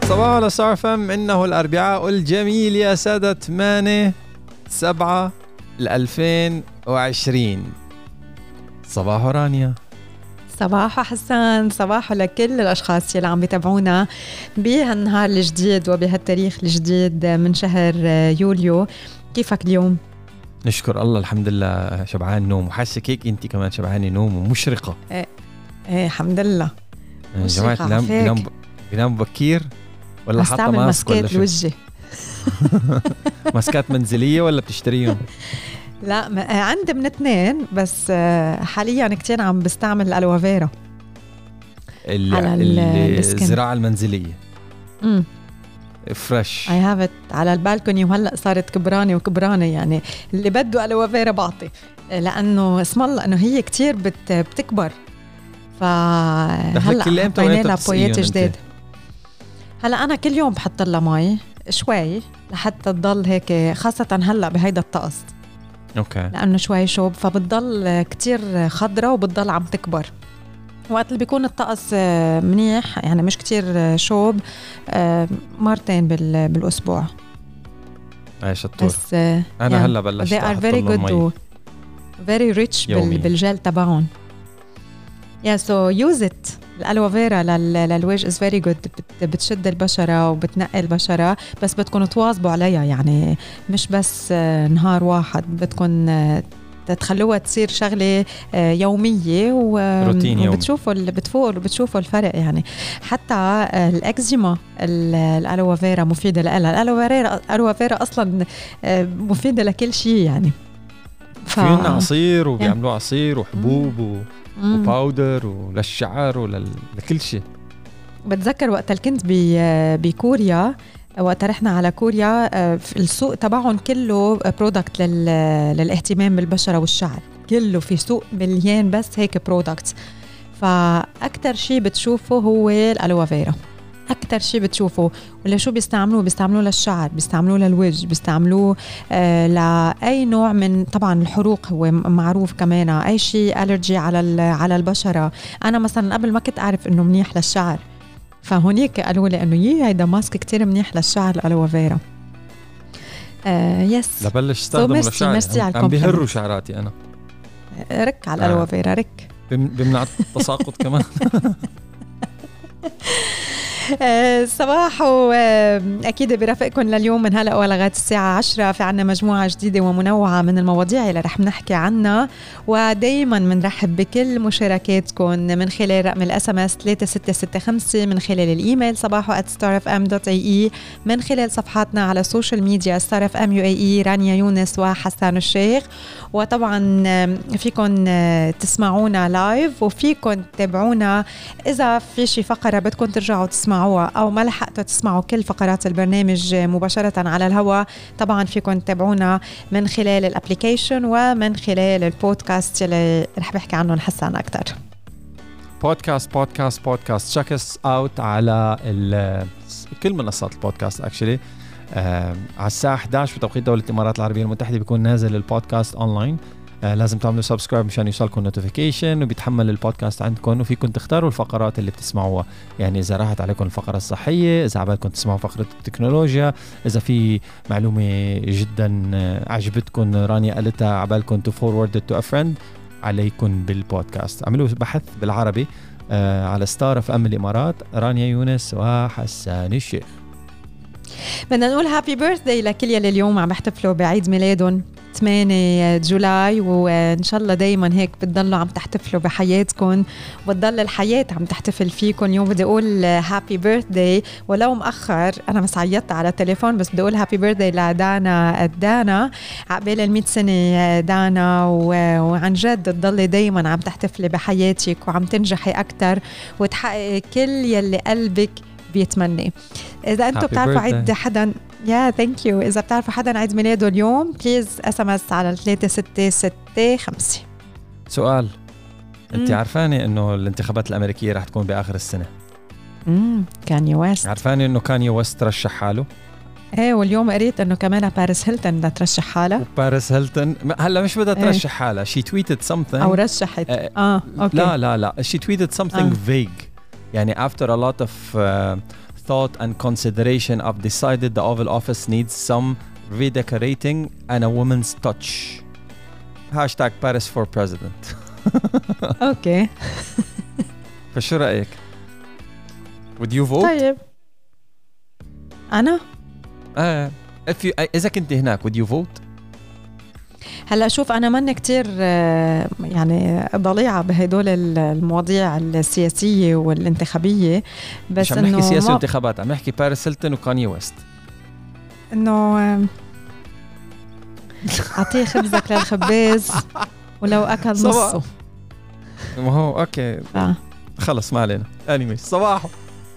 صباح على ستار اف ام. انه الاربعاء الجميل يا سادة 8/7/2020. صباح رانيا. صباح حسن، صباح لكل الأشخاص اللي عم بيتابعونا بهالنهار الجديد وبهالتاريخ الجديد من شهر يوليو. كيفك اليوم؟ نشكر الله الحمد لله، شبعان نوم وحاسك هيك انت كمان شبعانة نوم ومشرقة. ايه الحمد لله. جماعة بنام بكير ولا حاطة ماسك ولا شو؟ الوجه ماسكات منزلية ولا بتشتريهم؟ لا عندي من اثنين بس حاليا كتير عم بستعمل الألوفيرا على الزراعة المنزلية. فريش. I have it على البالكوني وهلأ صارت كبرانة وكبرانة، يعني اللي بده ألوفيرا بعطي، لأنه اسم الله أنه هي كتير بتكبر. فهلأ حطينا لها بويات جديد. هلأ أنا كل يوم بحط لها مي شوي لحتى تضل هيك، خاصة هلأ بهيدا الطقس. أوكي. لأنه شوي شوب فبتضل كتير خضرة وبتضل عم تكبر. وقت اللي بيكون الطقس منيح يعني مش كتير شوب، مرتين بالأسبوع. أي شطور. بس أنا يعني هلا بلشت they are أحط very لهم good مي very rich بالجل تبعهم. so use it. الألوفيرا للوجه is very good. بتشد البشرة وبتنقي البشرة، بس بدكم تواظبوا عليها، يعني مش بس نهار واحد، بدكم تخلوها تصير شغلة يومية وبتشوفوا بتشوفوا الفرق. يعني حتى الأكزيما الألوفيرا مفيدة لها. الألوفيرا أصلا مفيدة لكل شيء يعني. فينا عصير وبيعملوا عصير وحبوب وباودر وللشعر ولكل شيء. بتذكر وقت اللي كنت بكوريا، وقت رحنا على كوريا، السوق تبعهم كله برودكت للاهتمام بالبشرة والشعر، كله في سوق مليان بس هيك برودكت. فأكتر شيء بتشوفه هو الألوفيرا، أكتر شيء بتشوفه. ولا شو بيستعملوه للشعر، بيستعملوه للوجه، بيستعملوه لأي نوع من، طبعا الحروق هو معروف كمان، أي شيء ألرجي على البشرة. أنا مثلا قبل ما كنت أعرف إنه منيح للشعر، فهونيك قالوا لي إنه هيدا ماسك كتير منيح للشعر الألوفيرا. يس لبلش استخدمه للشعر. عم بيهروا شعراتي أنا. رك على الألوفيرا، رك بمنع التساقط كمان. صباح أكيد برافقكم لليوم من هلأ ولغاية الساعة 10. في عنا مجموعة جديدة ومنوعة من المواضيع اللي رح نحكي عنها، ودايما منرحب بكل مشاركاتكم من خلال رقم الSMS 3665، من خلال الإيميل صباحو@starfm.ae، من خلال صفحاتنا على السوشيال ميديا Star FM UAE، رانيا يونس وحسان الشيخ. وطبعا فيكم تسمعونا لايف، وفيكم تتابعونا إذا في شي فقرة بدكم ترجعوا تسمعوها أو ما لحقتوا تسمعوا كل فقرات البرنامج مباشرة على الهواء. طبعا فيكم تتابعونا من خلال الابليكيشن ومن خلال البودكاست اللي رح بحكي عنهم حسان أكتر. بودكاست check us out على كل منصات البودكاست actually. على الساعة 11 بتوقيت دولة الإمارات العربية المتحدة بيكون نازل البودكاست أونلاين. لازم تعملوا سبسكرايب مشان يوصلكم نوتيفيكيشن، وبيتحمل البودكاست عندكم، وفيكم تختاروا الفقرات اللي بتسمعوها. يعني إذا راحت عليكم الفقرة الصحية، إذا عبالكم تسمعوا فقرة التكنولوجيا، إذا في معلومة جدا عجبتكم رانيا قالتها عبالكم to forward it to a friend، عليكم بالبودكاست. عملوا بحث بالعربي على ستار اف ام الإمارات، رانيا يونس وحسان الشيخ. بدنا نقول هابي بيرثداي لكل يلي اليوم عم يحتفلوا بعيد ميلادهم 8 جولاي، وإن شاء الله دايما هيك بتضلوا عم تحتفلوا بحياتكم، وبتضل الحياة عم تحتفل فيكم. اليوم بدي أقول هابي بيرثداي ولو مأخر، أنا مس عيطت على التليفون، بس بدي أقول هابي بيرثداي لدانا عقبال 100 سنة دانا، وعن جد تضلي دايما عم تحتفلي بحياتك وعم تنجحي أكتر وتحققي كل يلي قلبك بيتمنى. إذا أنتوا بتعرفوا عيد حدا ثانك يو، إذا بتعرفوا حدا عيد ميلاده اليوم بليز SMS على 3665. سؤال، أنت عارفاني إنه الانتخابات الأمريكية رح تكون بآخر السنة؟ كاني ويست. عارفاني إنه كاني ويست ترشح حاله؟ ايه، واليوم قريت انه كمان باريس هيلتون بدها ترشح حالها. باريس هيلتون هلا مش بدها ترشح حالها، شي تويتد something او رشحت اوكي. لا شي تويتد something vague، يعني after a lot of thought and consideration I've decided the Oval Office needs some redecorating and a woman's touch. Hashtag Paris for President. اوكي. فشو رأيك؟ Would you vote? طيب أنا؟ إذا كنت هناك would you vote؟ هلا شوف أنا ماني كتير يعني ضليعة بهدول المواضيع السياسية والانتخابية، بس مش عم نحكي سياسة وانتخابات، عم نحكي باريس هيلتون وكاني ويست. إنه أعطيه خبزك للخباز ولو أكل نصه. ما هو أوكي خلص ما علينا. anyway صباحو.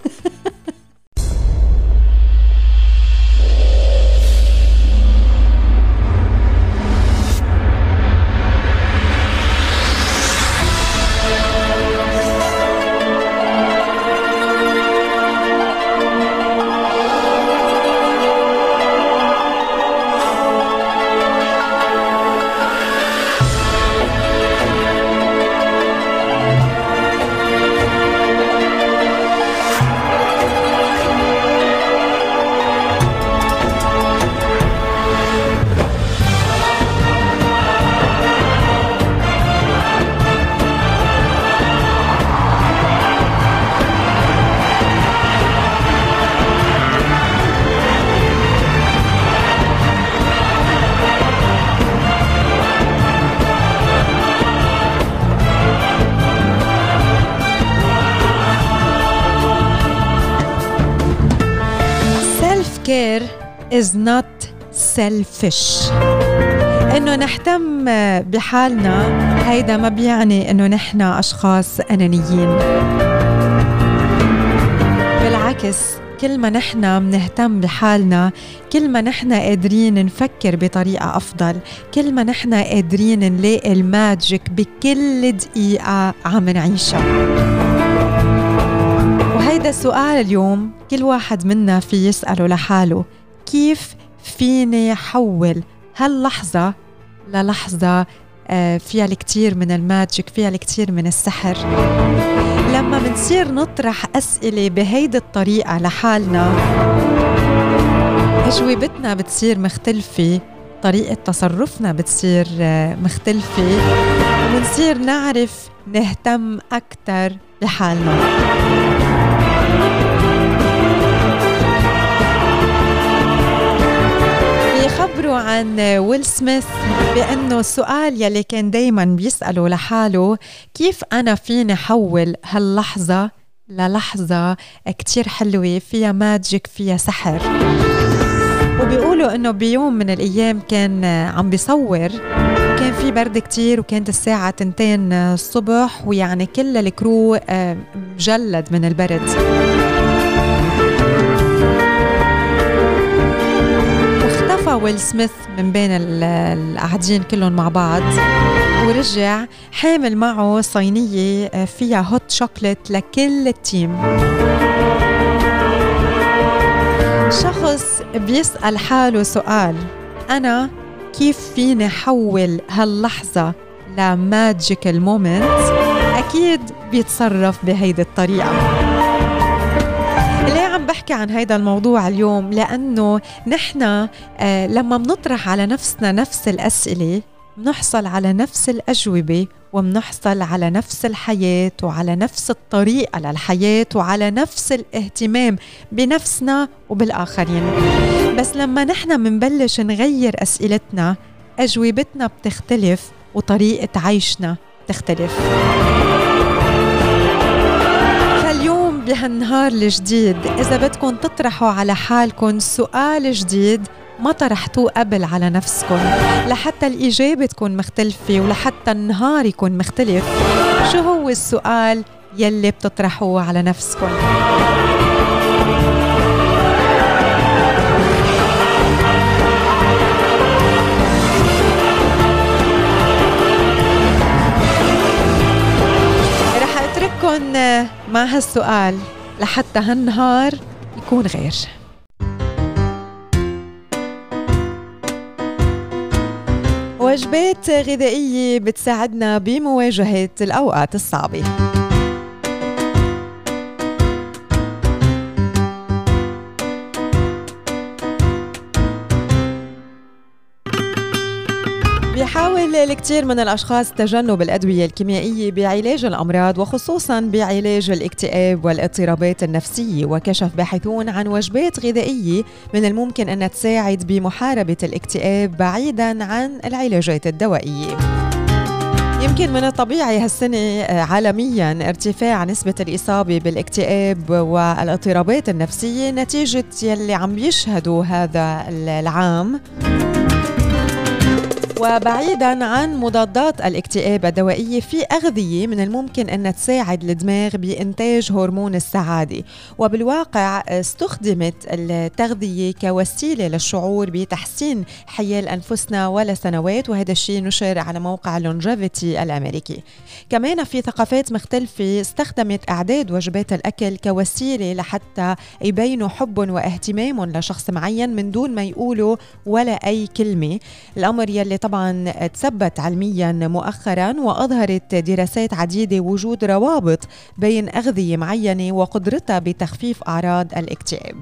Care is not selfish. إنه نهتم بحالنا هيدا ما بيعني إنه نحن أشخاص أنانيين. بالعكس كل ما نحن منهتم بحالنا كل ما نحن قادرين نفكر بطريقة أفضل، كل ما نحن قادرين نلاقي الماجيك بكل دقيقة عم نعيشها. وهيدا سؤال اليوم كل واحد منا في يسأله لحاله، كيف فيني حول هاللحظة للحظة فيها الكتير من الماجيك، فيها الكتير من السحر. لما منصير نطرح أسئلة بهيدي الطريقة لحالنا أجوبتنا بتصير مختلفة، طريقة تصرفنا بتصير مختلفة، ونصير نعرف نهتم أكتر بحالنا. بيخبروا عن ويل سميث بأنه السؤال يلي كان دايما بيسأله لحاله، كيف أنا فيني حول هاللحظة للحظة كتير حلوة فيها ماجيك فيها سحر. وبيقولوا أنه بيوم من الأيام كان عم بيصور، كان في برد كتير وكانت الساعة 2 الصبح، ويعني كل الكرو مجلد من البرد. واختفى ويل سميث من بين القاعدين كلهم مع بعض، ورجع حامل معه صينية فيها هوت شوكولات لكل التيم. شخص بيسأل حاله سؤال، أنا كيف فيني حول هاللحظة لماجيكال مومنت؟ أكيد بيتصرف بهيدي الطريقة. ليه عم بحكي عن هيدا الموضوع اليوم؟ لأنه نحن لما بنطرح على نفسنا نفس الأسئلة بنحصل على نفس الأجوبة، وبنحصل على نفس الحياة وعلى نفس الطريقة للحياة وعلى نفس الاهتمام بنفسنا وبالآخرين. بس لما نحن منبلش نغير أسئلتنا أجوبتنا بتختلف وطريقة عيشنا بتختلف. فاليوم بهالنهار الجديد إذا بدكم تطرحوا على حالكم سؤال جديد ما طرحتوه قبل على نفسكم، لحتى الإجابة تكون مختلفة ولحتى النهار يكون مختلف، شو هو السؤال يلي بتطرحوه على نفسكم؟ رح أترككم مع هالسؤال لحتى هالنهار يكون غير. وجبات غذائية بتساعدنا بمواجهة الأوقات الصعبة. بيحاول الكثير من الأشخاص تجنب الأدوية الكيميائية بعلاج الأمراض وخصوصاً بعلاج الاكتئاب والاضطرابات النفسية. وكشف باحثون عن وجبات غذائية من الممكن أن تساعد بمحاربة الاكتئاب بعيداً عن العلاجات الدوائية. يمكن من الطبيعي هالسنة عالمياً ارتفاع نسبة الإصابة بالاكتئاب والاضطرابات النفسية نتيجة يلي عم يشهدوا هذا العام. وبعيداً عن مضادات الاكتئاب الدوائية، في أغذية من الممكن أن تساعد الدماغ بإنتاج هرمون السعادة. وبالواقع استخدمت التغذية كوسيلة للشعور بتحسين حيال أنفسنا ولسنوات، وهذا الشيء نشر على موقع لونجيفيتي الأمريكي. كمان في ثقافات مختلفة استخدمت إعداد وجبات الأكل كوسيلة لحتى يبينوا حب واهتمام لشخص معين من دون ما يقولوا ولا أي كلمة. الأمر يلي طبعاً تثبت علمياً مؤخراً، وأظهرت دراسات عديدة وجود روابط بين أغذية معينة وقدرتها بتخفيف أعراض الاكتئاب.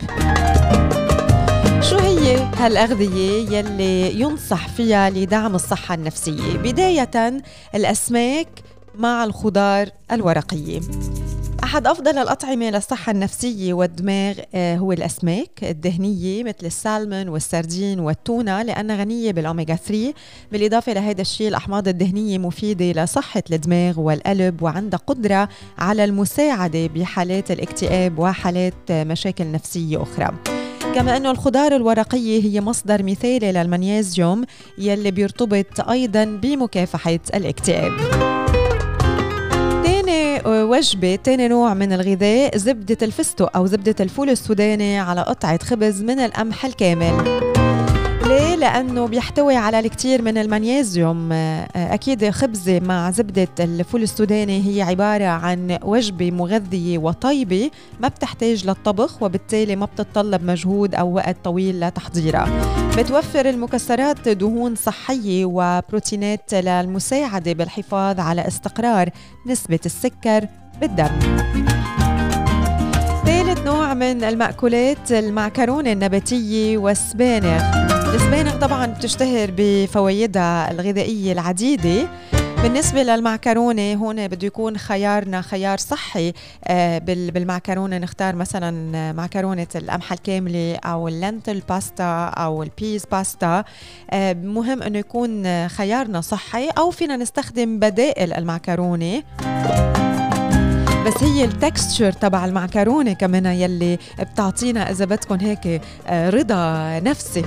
شو هي هالأغذية يلي ينصح فيها لدعم الصحة النفسية؟ بداية الأسماك مع الخضار الورقية. أحد أفضل الأطعمة للصحة النفسية والدماغ هو الأسماك الدهنية مثل السالمون والسردين والتونة، لأنها غنية بالأوميغا 3. بالإضافة لهذا الشيء الأحماض الدهنية مفيدة لصحة الدماغ والقلب، وعندها قدرة على المساعدة بحالات الاكتئاب وحالات مشاكل نفسية أخرى. كما أنه الخضار الورقية هي مصدر مثالي للمغنيسيوم يلي بيرتبط أيضا بمكافحة الاكتئاب. تاني نوع من الغذاء زبدة الفستق أو زبدة الفول السوداني على قطعة خبز من القمح الكامل. ليه؟ لأنه بيحتوي على الكثير من المغنيسيوم. أكيد خبزة مع زبدة الفول السوداني هي عبارة عن وجبة مغذية وطيبة ما بتحتاج للطبخ، وبالتالي ما بتتطلب مجهود أو وقت طويل لتحضيرها. بتوفر المكسرات دهون صحية وبروتينات للمساعدة بالحفاظ على استقرار نسبة السكر بالدم. ثالث نوع من المأكولات المعكرونة النباتية والسبانخ. السبانخ طبعاً بتشتهر بفوائدها الغذائية العديدة. بالنسبة للمعكرونة هون بده يكون خيارنا خيار صحي. بالمعكرونة نختار مثلا معكرونة القمح الكاملة أو اللنتل باستا أو البيز باستا. مهم أنه يكون خيارنا صحي، أو فينا نستخدم بدائل المعكرونة، بس هي التكستشر تبع المعكرونة كمان يلي بتعطينا إذا بدكم هيك رضا نفسي.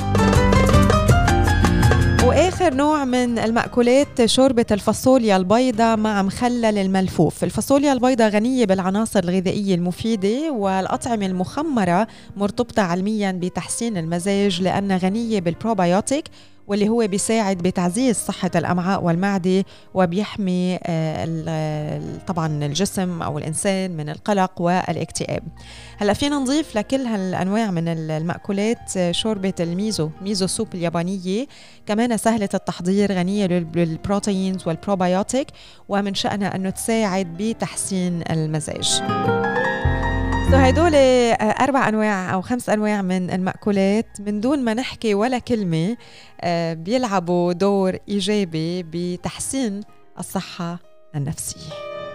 وآخر نوع من المأكولات شوربة الفاصوليا البيضاء مع مخلل الملفوف. الفاصوليا البيضاء غنية بالعناصر الغذائية المفيدة، والأطعمة المخمرة مرتبطة علمياً بتحسين المزاج لأنها غنية بالبروبايوتيك، واللي هو بيساعد بتعزيز صحة الأمعاء والمعدة، وبيحمي طبعا الجسم أو الإنسان من القلق والاكتئاب. هلأ فينا نضيف لكل هالأنواع من المأكولات شوربة ميزو سوب اليابانية، كمان سهلة التحضير، غنية بالبروتينز والبروبايوتيك، ومن شأنها أنه تساعد بتحسين المزاج. هيدول 4 أنواع أو 5 أنواع من المأكولات من دون ما نحكي ولا كلمة بيلعبوا دور إيجابي بتحسين الصحة النفسية.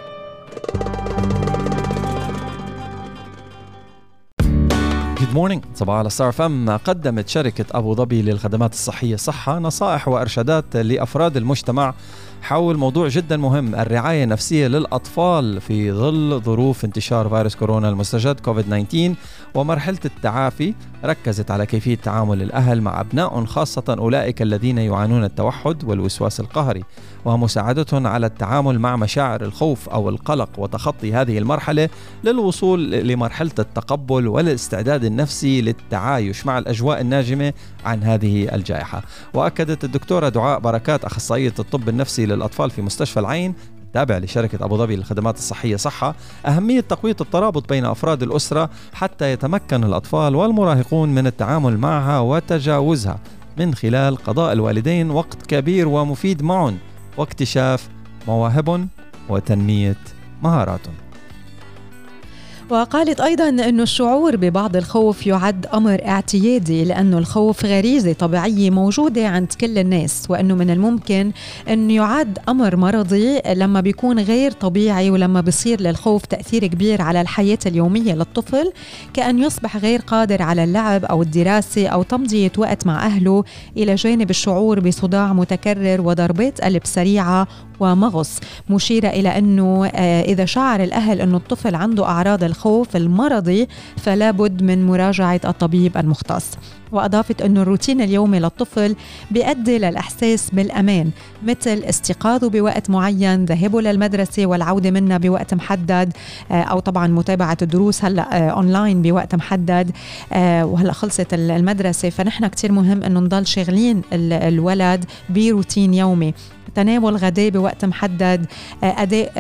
Good morning. صباح على ستار فم. قدمت شركة أبو ظبي للخدمات الصحية صحة نصائح وإرشادات لأفراد المجتمع حول موضوع جدا مهم: الرعاية النفسية للأطفال في ظل ظروف انتشار فيروس كورونا المستجد كوفيد-19 ومرحلة التعافي. ركزت على كيفية تعامل الأهل مع أبنائهم، خاصة أولئك الذين يعانون التوحد والوسواس القهري، ومساعدتهم على التعامل مع مشاعر الخوف أو القلق وتخطي هذه المرحلة للوصول لمرحلة التقبل والاستعداد النفسي للتعايش مع الأجواء الناجمة عن هذه الجائحة. وأكدت الدكتورة دعاء بركات أخصائية الطب النفسي للأطفال في مستشفى العين تابع لشركة أبو ظبي للخدمات الصحية صحة أهمية تقوية الترابط بين أفراد الأسرة حتى يتمكن الأطفال والمراهقون من التعامل معها وتجاوزها من خلال قضاء الوالدين وقت كبير ومفيد معهم واكتشاف مواهبهم وتنمية مهاراتهم. وقالت أيضاً أنه الشعور ببعض الخوف يعد أمر اعتيادي، لأنه الخوف غريزة طبيعية موجودة عند كل الناس، وأنه من الممكن أنه يعد أمر مرضي لما بيكون غير طبيعي، ولما بيصير للخوف تأثير كبير على الحياة اليومية للطفل، كأن يصبح غير قادر على اللعب أو الدراسة أو تمضية وقت مع أهله، إلى جانب الشعور بصداع متكرر وضربات قلب سريعة ومغص، مشيرة إلى أنه إذا شعر الأهل أنه الطفل عنده أعراض الخوف المرضي فلا بد من مراجعة الطبيب المختص. وأضافت أنه الروتين اليومي للطفل بيؤدي للإحساس بالأمان، مثل استيقاظه بوقت معين، ذهابه للمدرسة والعودة منها بوقت محدد، أو طبعا متابعة الدروس هلأ أونلاين بوقت محدد، وهلأ خلصت المدرسة، فنحن كتير مهم أنه نضل شغلين الولد بروتين يومي، تناول غداء بوقت محدد، أداء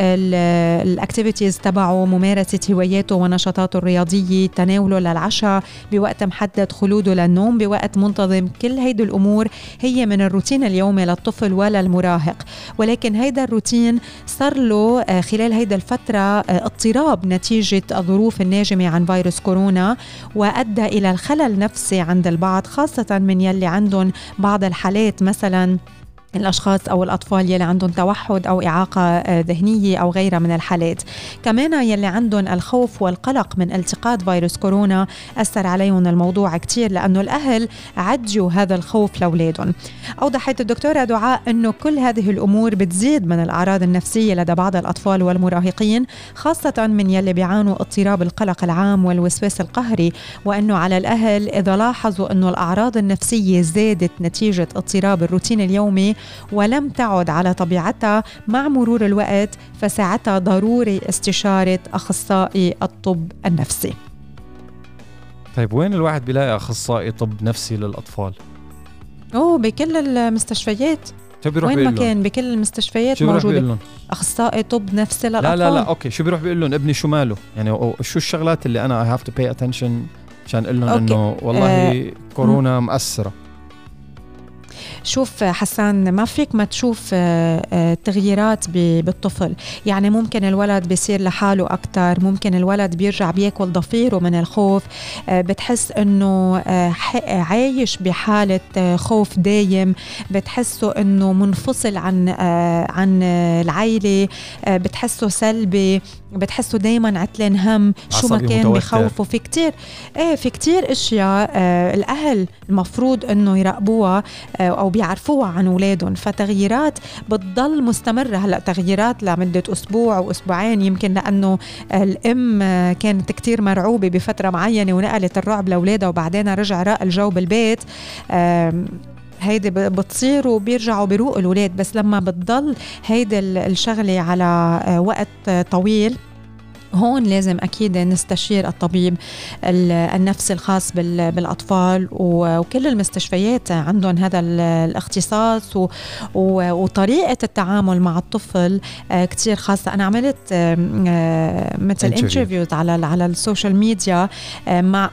الأكتيفيتيز تبعه، ممارسة هواياته ونشاطاته الرياضية، تناوله للعشاء بوقت محدد، خلوده للنوم بوقت منتظم. كل هيدي الأمور هي من الروتين اليومي للطفل ولا المراهق، ولكن هيدا الروتين صار له خلال هيدا الفترة اضطراب نتيجة الظروف الناجمة عن فيروس كورونا، وأدى إلى الخلل نفسي عند البعض، خاصة من يلي عندهم بعض الحالات، مثلا الأشخاص أو الأطفال يلي عندهم توحد أو إعاقة ذهنية أو غيرها من الحالات. كمان يلي عندهم الخوف والقلق من التقاط فيروس كورونا أثر عليهم الموضوع كتير، لأنه الأهل عدوا هذا الخوف لأولادهم. أوضحت الدكتورة دعاء أنه كل هذه الأمور بتزيد من الأعراض النفسية لدى بعض الأطفال والمراهقين، خاصة من يلي بيعانوا اضطراب القلق العام والوسواس القهري، وأنه على الأهل إذا لاحظوا أنه الأعراض النفسية زادت نتيجة اضطراب الروتين اليومي ولم تعد على طبيعتها مع مرور الوقت، فساعتها ضروري استشارة أخصائي الطب النفسي. طيب وين الواحد بيلاقي أخصائي طب نفسي للأطفال؟ بكل المستشفيات، وين ما كان بكل المستشفيات موجودة أخصائي طب نفسي للأطفال. لا أوكي، شو بيروح بيقول لهم ابني شو ماله؟ يعني شو الشغلات اللي أنا I have to pay attention عشان أقول لهم إنه والله كورونا مأثرة؟ شوف حسان، ما فيك ما تشوف تغييرات بالطفل. يعني ممكن الولد بيصير لحاله أكتر، ممكن الولد بيرجع بياكل ضفيره من الخوف، بتحس أنه عايش بحالة خوف دايم، بتحسه أنه منفصل عن العائلة، بتحسه سلبي، بتحسه دايما عتلان هم، شو ما كان بخوفه. في كتير اشياء الاهل المفروض انه يراقبوها او بيعرفوها عن اولادهم، فتغييرات بتضل مستمرة. هلا تغييرات لمدة اسبوع او اسبوعين يمكن، لانه الام كانت كتير مرعوبة بفترة معينة ونقلت الرعب لاولادها، وبعدين رجع راق الجو بالبيت، هيدي بتصير وبيرجعوا بيروقوا الولاد. بس لما بتضل هيدي الشغلة على وقت طويل، هون لازم أكيد نستشير الطبيب النفسي الخاص بالأطفال، وكل المستشفيات عندهم هذا الاختصاص وطريقة التعامل مع الطفل كتير خاصة. أنا عملت مثل انترفيوز على السوشيال ميديا مع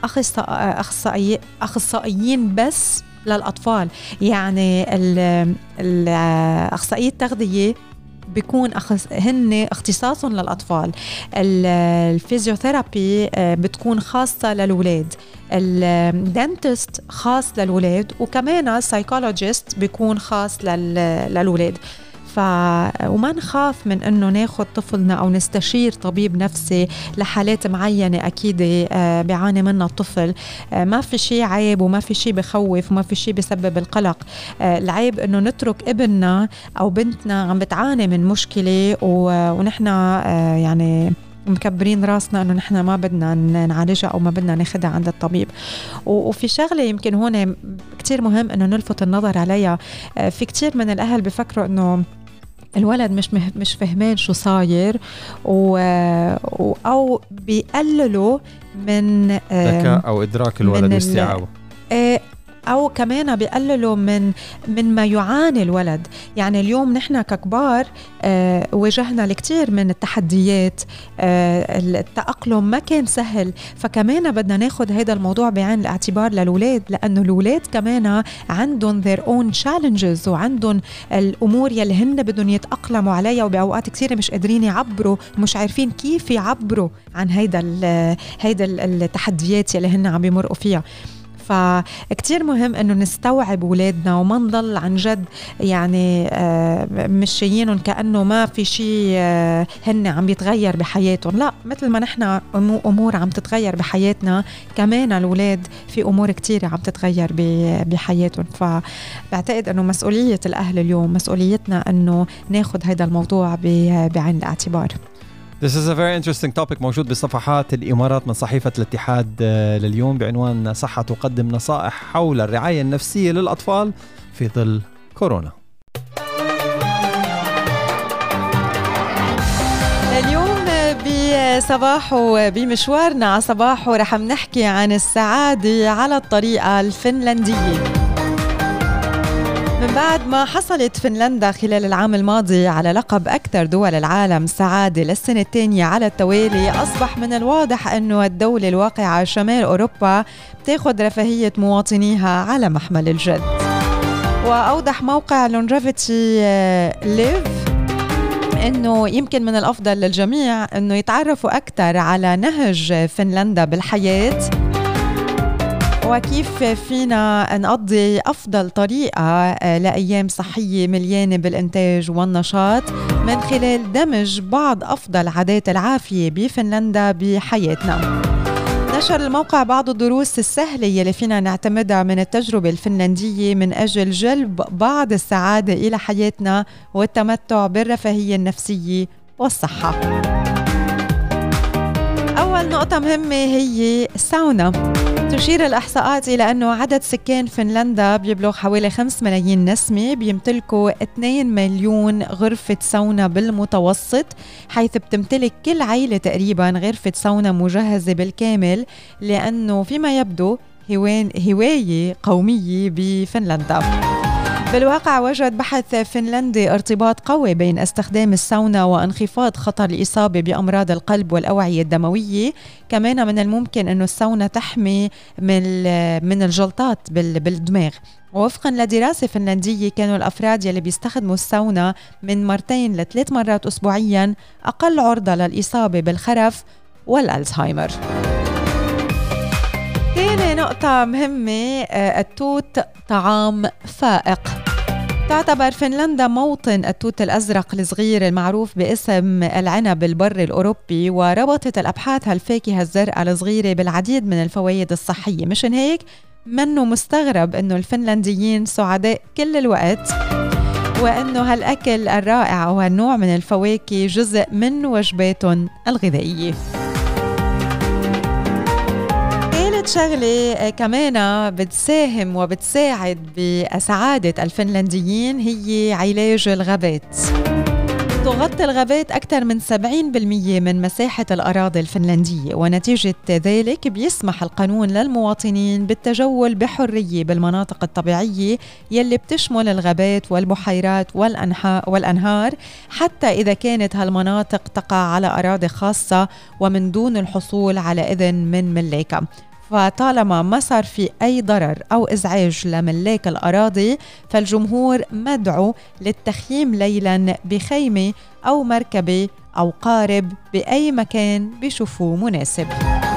أخصائيين بس للأطفال. يعني الأخصائية التغذية بيكون هن اختصاصهم للأطفال، الفيزيوثيرابي بتكون خاصة للولاد، الدنتست خاص للولاد، وكمان السايكولوجيست بيكون خاص للولاد. وما نخاف من انه ناخد طفلنا او نستشير طبيب نفسي لحالات معينة اكيد بيعاني منها الطفل. ما في شيء عيب وما في شيء بخوف وما في شيء بسبب القلق. العيب انه نترك ابننا او بنتنا عم بتعاني من مشكلة ونحن يعني مكبرين راسنا انه نحن ما بدنا نعالجها او ما بدنا ناخدها عند الطبيب. وفي شغله يمكن هون كتير مهم انه نلفت النظر عليها. في كتير من الاهل بفكروا انه الولد مش فهمان شو صاير، او بيقللوا من ذكاء او ادراك الولد واستيعابه. أو كمان بيقللوا من ما يعاني الولد. يعني اليوم نحن ككبار واجهنا الكثير من التحديات، التأقلم ما كان سهل، فكمان بدنا ناخد هذا الموضوع بعين الاعتبار للولاد، لأنه الولاد كمان عندهم their own challenges وعندهم الأمور يلي هن بدهم يتأقلموا عليها، وبأوقات كثيرة مش قادرين يعبروا، مش عارفين كيف يعبروا عن هيدا التحديات يلي هن عم بيمرقوا فيها. فكتير مهم انه نستوعب اولادنا وما نضل عن جد يعني مشيينهم كأنه ما في شيء هن عم بيتغير بحياتهم. لا، مثل ما نحن امور عم تتغير بحياتنا، كمان الأولاد في امور كتيرة عم تتغير بحياتهم. فبعتقد انه مسؤولية الاهل اليوم، مسؤوليتنا انه ناخد هذا الموضوع بعين الاعتبار. This is a very interesting topic موجود بصفحات الإمارات من صحيفة الاتحاد لليوم بعنوان صحة تقدم نصائح حول الرعاية النفسية للأطفال في ظل كورونا. اليوم بصباحه بمشوارنا على صباحه رح نحكي عن السعادة على الطريقة الفنلندية. من بعد ما حصلت فنلندا خلال العام الماضي على لقب أكثر دول العالم سعادة للسنة الثانية على التوالي، أصبح من الواضح أنه الدولة الواقعة شمال أوروبا بتاخد رفاهية مواطنيها على محمل الجد. وأوضح موقع Longevity Live أنه يمكن من الأفضل للجميع أنه يتعرفوا أكثر على نهج فنلندا بالحياة، وكيف فينا نقضي أفضل طريقة لأيام صحية مليانة بالإنتاج والنشاط من خلال دمج بعض أفضل عادات العافية بفنلندا بحياتنا. نشر الموقع بعض الدروس السهلة يلي فينا نعتمدها من التجربة الفنلندية من أجل جلب بعض السعادة إلى حياتنا والتمتع بالرفاهية النفسية والصحة. أول نقطة مهمة هي الساونا. تشير الإحصاءات إلى أنه عدد سكان فنلندا بيبلغ حوالي 5 ملايين نسمة، بيمتلكوا 2 مليون غرفة ساونا بالمتوسط، حيث بتمتلك كل عائلة تقريبا غرفة ساونا مجهزة بالكامل، لأنه فيما يبدو هواية قومية بفنلندا. بالواقع وجد بحث فنلندي ارتباط قوي بين استخدام الساونا وانخفاض خطر الإصابة بأمراض القلب والأوعية الدموية. كمان من الممكن أنه الساونا تحمي من الجلطات بالدماغ. ووفقا لدراسة فنلندية، كانوا الأفراد يلي بيستخدموا الساونا من 2 ل 3 مرات أسبوعيا أقل عرضة للإصابة بالخرف والألزهايمر. تاني نقطة مهمة، التوت طعام فائق. تعتبر فنلندا موطن التوت الأزرق الصغير المعروف باسم العنب البري الأوروبي، وربطت الأبحاث هالفاكهة الزرقاء الصغيرة بالعديد من الفوائد الصحية. مشان هيك منه مستغرب أنه الفنلنديين سعداء كل الوقت، وأنه هالأكل الرائع أو هالنوع من الفواكه جزء من وجباتهم الغذائية. شغلة كمان بتساهم وبتساعد بسعادة الفنلنديين هي علاج الغابات. تغطي الغابات أكثر من 70% من مساحة الأراضي الفنلندية، ونتيجة ذلك بيسمح القانون للمواطنين بالتجول بحرية بالمناطق الطبيعية يلي بتشمل الغابات والبحيرات والأنهار، حتى إذا كانت هالمناطق تقع على أراضي خاصة ومن دون الحصول على إذن من ملاكها. فطالما ما صار في أي ضرر أو إزعاج لملاك الأراضي، فالجمهور مدعو للتخييم ليلاً بخيمة أو مركبة أو قارب بأي مكان بيشوفوه مناسب.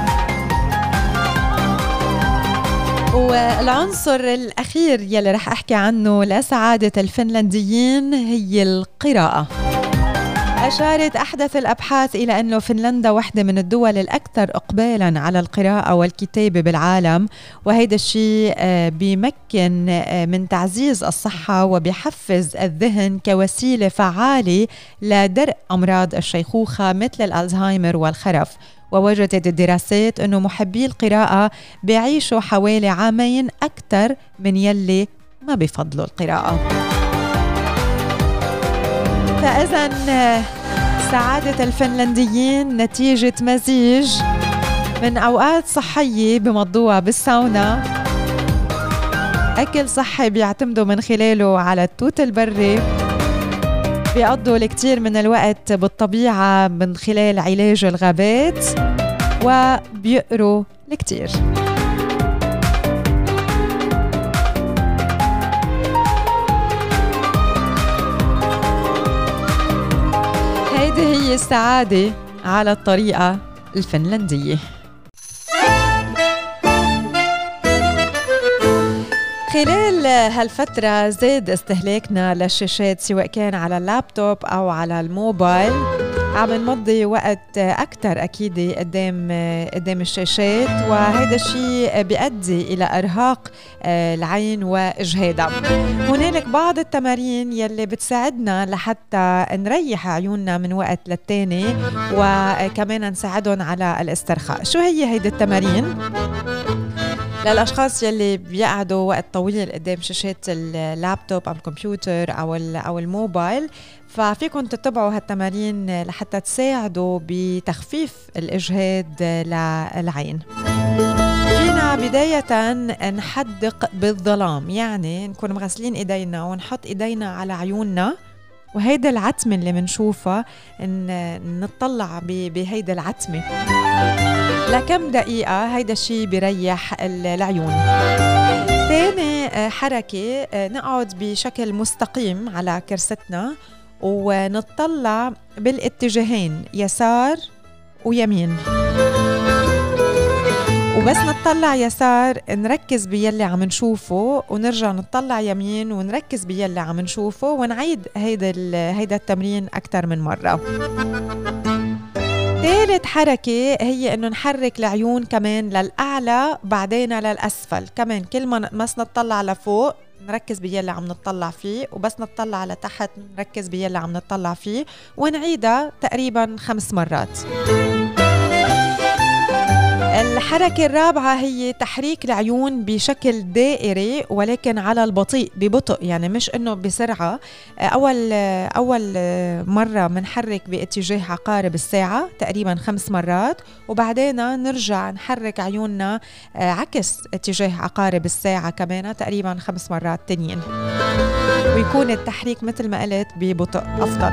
والعنصر الأخير يلي رح أحكي عنه لسعادة الفنلنديين هي القراءة. أشارت أحدث الأبحاث إلى أن فنلندا واحدة من الدول الأكثر إقبالاً على القراءة والكتابة بالعالم، وهذا الشيء بيمكن من تعزيز الصحة وبيحفز الذهن كوسيلة فعالة لدرء أمراض الشيخوخة مثل الألزهايمر والخرف. ووجدت الدراسات أنه محبي القراءة بيعيشوا حوالي 2 عام أكثر من يلي ما بيفضلوا القراءة. فإذن سعادة الفنلنديين نتيجة مزيج من أوقات صحية بمضوها بالساونا أكل صحي بيعتمدوا من خلاله على التوت البري، بيقضوا الكثير من الوقت بالطبيعة من خلال علاج الغابات، وبيقروا الكثير. هيدي هي السعادة على الطريقة الفنلندية. خلال هالفترة زاد استهلاكنا للشاشات سواء كان على اللابتوب أو على الموبايل، عم نمضي وقت أكتر أكيد قدام الشاشات، وهذا الشيء بيؤدي إلى إرهاق العين وإجهادها. هنالك بعض التمارين يلي بتساعدنا لحتى نريح عيوننا من وقت للتاني، وكمان نساعدهم على الاسترخاء. شو هي هيدي التمارين؟ للأشخاص يلي بيقعدوا وقت طويل قدام شاشات اللابتوب أو الكمبيوتر أو الموبايل، ففيكم تتبعوا هالتمارين لحتى تساعدوا بتخفيف الإجهاد للعين. فينا بداية نحدق بالظلام، يعني نكون مغسلين إيدينا ونحط إيدينا على عيوننا، وهيدا العتمة اللي منشوفها نطلع بهيدا العتمة لكم دقيقة. هيدا الشي بيريح العيون. تاني حركة، نقعد بشكل مستقيم على كرستنا ونطلع بالاتجاهين يسار ويمين، وبس نطلع يسار نركز بيلي عم نشوفه، ونرجع نطلع يمين ونركز بيلي عم نشوفه، ونعيد هيدا التمرين أكتر من مرة. ثالث حركة هي إنه نحرك العيون كمان للأعلى بعدين للأسفل، كمان كل ما نطلع لفوق نركز بيلي عم نطلع فيه، وبس نطلع لتحت نركز بيلي عم نطلع فيه، ونعيدها تقريبا 5 مرات. الحركة الرابعة هي تحريك العيون بشكل دائري ولكن على البطيء، ببطء، يعني مش إنه بسرعة. أول مرة منحرك باتجاه عقارب الساعة تقريبا 5 مرات، وبعدين نرجع نحرك عيوننا عكس اتجاه عقارب الساعة كمان تقريبا 5 مرات تانيين، ويكون التحريك مثل ما قلت ببطء أفضل.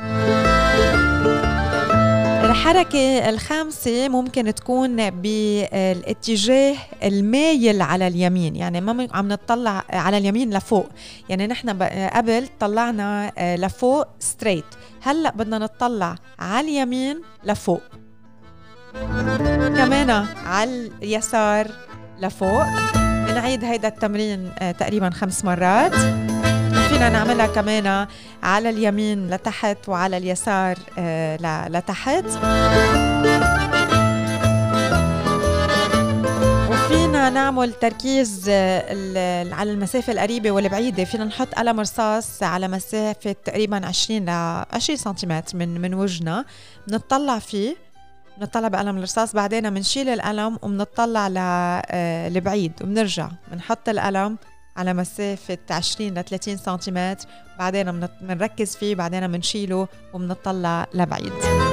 الحركة الخامسة ممكن تكون بالاتجاه المايل على اليمين، يعني ما عم نطلع على اليمين لفوق، يعني نحن قبل طلعنا لفوق ستريت، هلأ بدنا نطلع على اليمين لفوق، كمان على اليسار لفوق. بنعيد هيدا التمرين تقريبا 5 مرات. فينا نعملها كمان على اليمين لتحت وعلى اليسار لتحت، وفينا نعمل تركيز على المسافة القريبة والبعيدة. فينا نحط قلم رصاص على مسافة تقريبا 20 سنتيمتر من وجهنا، بنطلع فيه، بنطلع بقلم الرصاص، بعدين بنشيل القلم وبنطلع لبعيد، وبنرجع بنحط القلم على مسافة 20 ل 30 سنتيمتر، بعدين بنركز فيه، بعدين بنشيله وبنطلع لبعيد.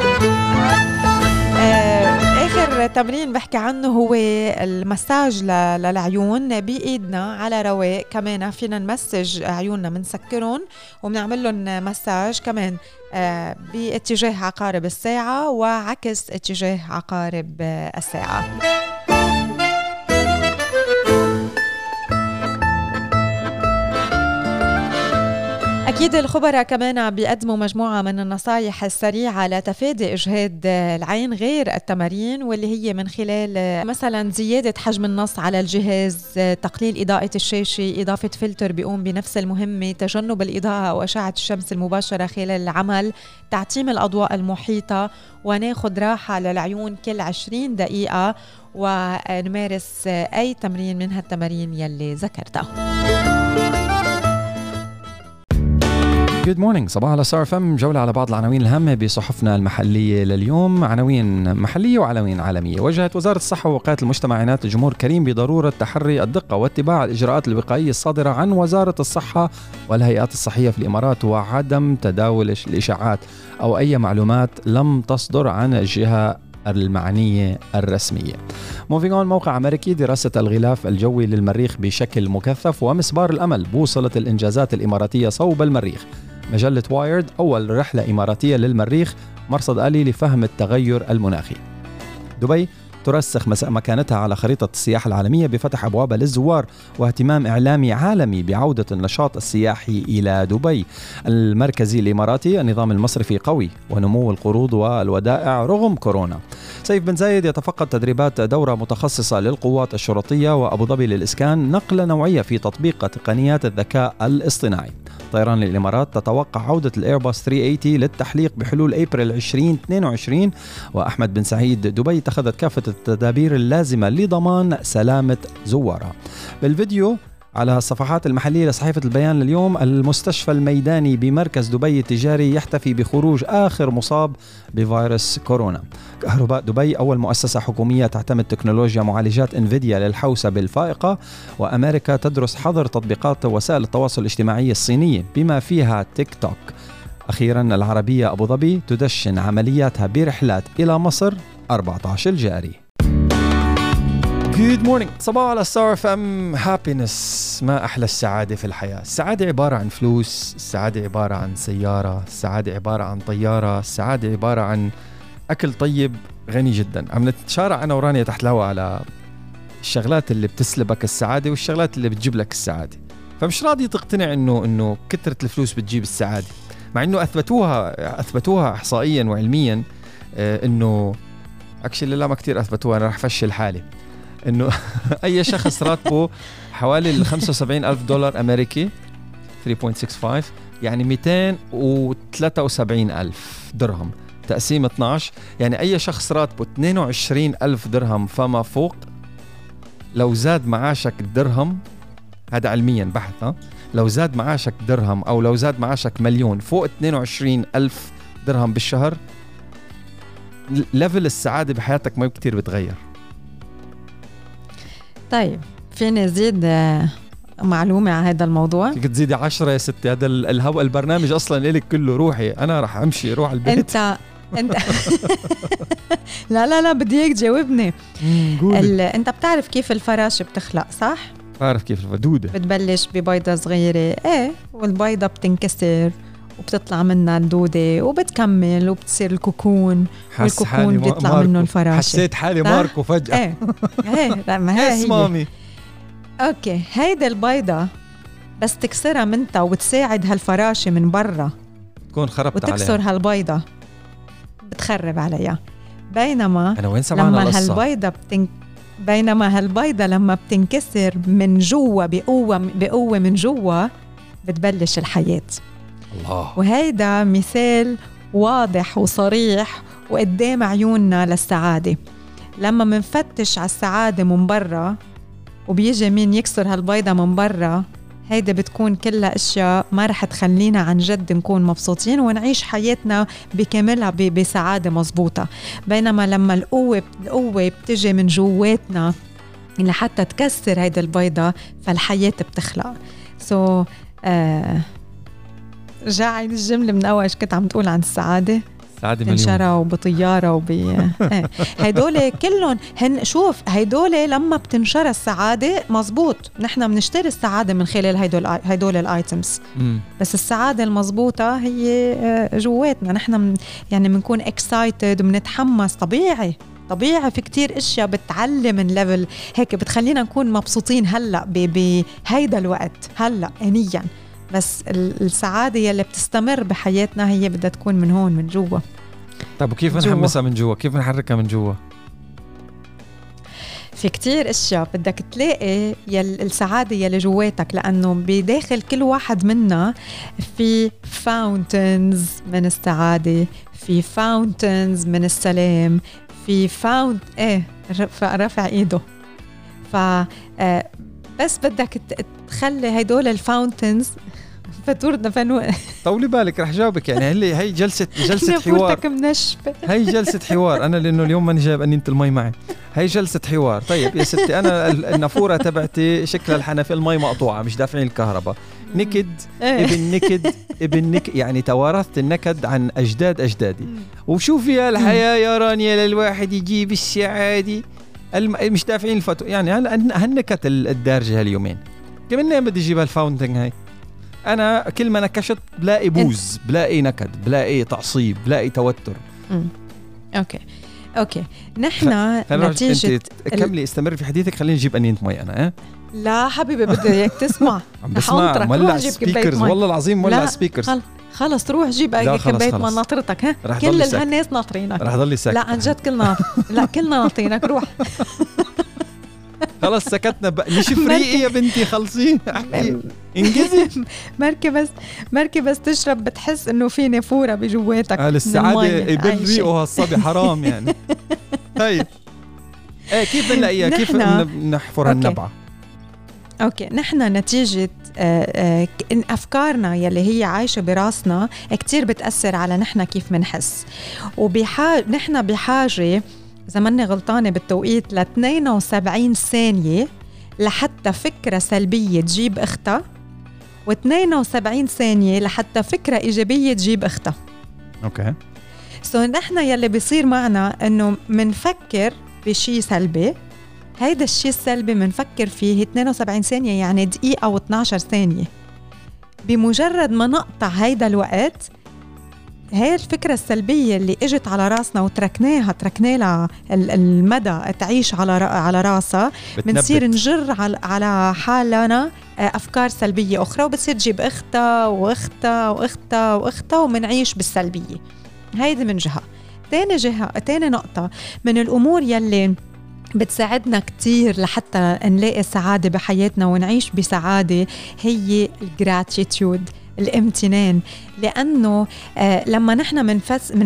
آخر تمرين بحكي عنه هو المساج للعيون بإيدنا على رواق. كمان فينا نمسج عيوننا، منسكرهم وبنعمل لهم مساج كمان باتجاه عقارب الساعة وعكس اتجاه عقارب الساعة. أكيد الخبراء كمان بيقدموا مجموعة من النصايح السريعة لتفادي إجهاد العين غير التمارين، واللي هي من خلال مثلا زيادة حجم النص على الجهاز، تقليل إضاءة الشاشة، إضافة فلتر بيقوم بنفس المهمة، تجنب الإضاءة أو أشعة الشمس المباشرة خلال العمل، تعتيم الأضواء المحيطة، وناخد راحة للعيون كل 20 دقيقة، ونمارس أي تمرين من هالتمارين يلي ذكرتها. Good morning، صباح على ستار اف ام. جولة على بعض العناوين الهامة بصحفنا المحلية لليوم. عناوين محلية وعناوين عالمية. وجهت وزارة الصحة ووقاية المجتمع عناية الجمهور كريم بضرورة تحري الدقة واتباع الإجراءات الوقائية الصادرة عن وزارة الصحة والهيئات الصحية في الإمارات، وعدم تداول الإشاعات أو أي معلومات لم تصدر عن الجهة المعنية الرسمية. موفينغ أون، موقع أمريكي دراسة الغلاف الجوي للمريخ بشكل مكثف ومسبار الأمل بوصلة الإنجازات الإماراتية صوب المريخ. مجلة وايرد، أول رحلة إماراتية للمريخ، مرصد آلي لفهم التغير المناخي. دبي ترسخ مكانتها على خريطة السياحة العالمية بفتح أبوابها للزوار واهتمام إعلامي عالمي بعودة النشاط السياحي إلى دبي. المركزي الإماراتي، النظام المصرفي قوي ونمو القروض والودائع رغم كورونا. سيف بن زايد يتفقد تدريبات دورة متخصصة للقوات الشرطية، وأبو ظبي للإسكان نقلة نوعية في تطبيق تقنيات الذكاء الاصطناعي. طيران الإمارات تتوقع عودة الإيرباص 380 للتحليق بحلول أبريل 2022. وأحمد بن سعيد، دبي اتخذت كافة التدابير اللازمة لضمان سلامة زوارها. بالفيديو على الصفحات المحلية لصحيفة البيان لليوم، المستشفى الميداني بمركز دبي التجاري يحتفي بخروج آخر مصاب بفيروس كورونا. كهرباء دبي، أول مؤسسة حكومية تعتمد تكنولوجيا معالجات انفيديا للحوسبة الفائقة. وأمريكا تدرس حظر تطبيقات وسائل التواصل الاجتماعي الصينية بما فيها تيك توك. أخيرا العربية أبو ظبي تدشن عملياتها برحلات إلى مصر 14 الجاري. Good morning. صباح على ستار FM. happiness، ما أحلى السعادة في الحياة. السعادة عبارة عن فلوس، السعادة عبارة عن سيارة، السعادة عبارة عن طيارة، السعادة عبارة عن أكل طيب غني جدا. عم نتشارع أنا ورانيا تحت الهواء على الشغلات اللي بتسلبك السعادة والشغلات اللي بتجيب لك السعادة. فمش راضي تقتنع إنه كثرة الفلوس بتجيب السعادة، مع إنه أثبتوها إحصائيا وعلميا. إنه أكشلي لا، ما كتير أثبتوها، أنا رح فشل حالي. إنه أي شخص راتبه حوالي $75,000 أمريكي 3.65 يعني 273,000 درهم تقسيم 12، يعني أي شخص راتبه 22,000 درهم فما فوق، لو زاد معاشك درهم، هذا علميا بحث، لو زاد معاشك درهم أو لو زاد معاشك مليون فوق 22,000 درهم بالشهر، ليفل السعادة بحياتك ما كتير بتغير. طيب فيني أزيد معلومة على هذا الموضوع؟ فيك تزيدي 10 يا ستي، هذا الهواء البرنامج أصلا إلك كله. روحي، أنا رح أمشي روح البيت. أنت لا بدي إياك تجاوبني. أنت بتعرف كيف الفراشة بتخلق صح؟ بعرف كيف الفدودة بتبلش ببيضة صغيرة، والبيضة بتنكسر وبتطلع منها الدودة وبتكمل وبتصير الكوكون، والكوكون بيطلع منه الفراشة. حسيت حالي ماركو فجأة. لا ما هي مامي. اوكي، هيدا البيضة بس تكسرها منتا وتساعد هالفراشة من برا تكون خربت عليها وتكسر هالبيضة بتخرب عليها. بينما أنا وين سمعنا بينما هالبيضة لما بتنكسر من جوا بقوة من جوا بتبلش الحياة. الله. وهيدا مثال واضح وصريح وقدام عيوننا للسعادة. لما منفتش على السعادة من برا وبيجي مين يكسر هالبيضة من برا، هيدا بتكون كلها أشياء ما رح تخلينا عن جد نكون مبسوطين ونعيش حياتنا بكاملها بسعادة مزبوطة. بينما لما القوة بتجي من جواتنا لحتى تكسر هيدا البيضة، فالحياة بتخلق. رجعي الجملة من أول كنت عم تقول عن السعادة. بتنشرى وبطيارة هيدول كلهم شوف هيدول لما بتنشرى السعادة مزبوط، نحن بنشتري السعادة من خلال هيدول الايتمز، بس السعادة المزبوطة هي جواتنا نحن، يعني بنكون اكسايتد وبنتحمس. طبيعي في كتير اشياء بتعلم من ليفل هيك بتخلينا نكون مبسوطين هلأ بهيدا الوقت هلأ انيا، بس السعادة يلي بتستمر بحياتنا هي بدها تكون من هون من جوا. طيب وكيف نحمسها من جوا؟ كيف نحركها من جوا؟ في كتير اشياء بدك تلاقي السعادة يلي جواتك، لأنه بداخل كل واحد منا في فاونتنز من السعادة، في فاونتنز من السلام، في رفع ايده. بس بدك تخلي هيدول الفاونتنز فاتورتنا فانو طولي بالك رح جاوبك يعني. هي جلسة حوار. نافورتك منشفة. هي جلسة حوار. أنا لأنه اليوم ماني جايب أنينة المي معي. هي جلسة حوار. طيب يا ستي أنا النافورة تبعتي شكلها الحنفية المي مقطوعة مش دافعين الكهرباء. نكد ابن نكد يعني توارثت النكد عن أجدادي. وشوفي يا الحياة يا رانيا للواحد يجيب السعادة مش دافعين الفاتورة. يعني هالنكت الدارجة هاليومين كمان بدي أجيب هالفاونتنج هاي. أنا كل ما نكشت بلاقي بوز، بلاقي نكد، بلاقي تعصيب، بلاقي توتر. أوكي نحن نتيجة كملي استمر في حديثك. خليني نجيب أنينة مي أنا. لا حبيبي بدي إياك تسمع. عم بسمع مولع سبيكرز والله العظيم مولع سبيكرز. خلص روح جيب كباية ما ناطرتك. كل الناس ناطرينك. رح ضلي ساكت. لا عن جد كلنا ناطرينك. روح. خلص سكتنا مش فريقي يا بنتي خلصي انجزي. مركي بس تشرب بتحس انه في نافورة بجواتك. السعادة يبل ريقه هالصبي حرام يعني. طيب كيف بنلاقيها؟ كيف نحفر النبعة؟ اوكي نحن نتيجة أفكارنا يلي هي عايشة براسنا كتير بتأثر على نحن كيف منحس. نحن بحاجة إذا ماني غلطانة بالتوقيت 72 ثانية لحتى فكرة سلبية تجيب أختها، و72 ثانية لحتى فكرة إيجابية تجيب أختها. أوكي. نحن يلي بيصير معنا إنه منفكر بشي سلبي، هيدا الشي السلبي منفكر فيه 72 ثانية يعني دقيقة و12 ثانية. بمجرد ما نقطع هيدا الوقت، هاي الفكرة السلبية اللي اجت على راسنا وتركنا لها المدى تعيش على راسها، بنصير نجر على حالنا أفكار سلبية أخرى، وبتصير تجيب أختها وأختها وأختها وأختها ومنعيش بالسلبية. هيدي من جهة. تاني نقطة من الأمور يلي بتساعدنا كتير لحتى نلاقي سعادة بحياتنا ونعيش بسعادة هي الجراتيتيود، الامتنان. لأنه لما نحن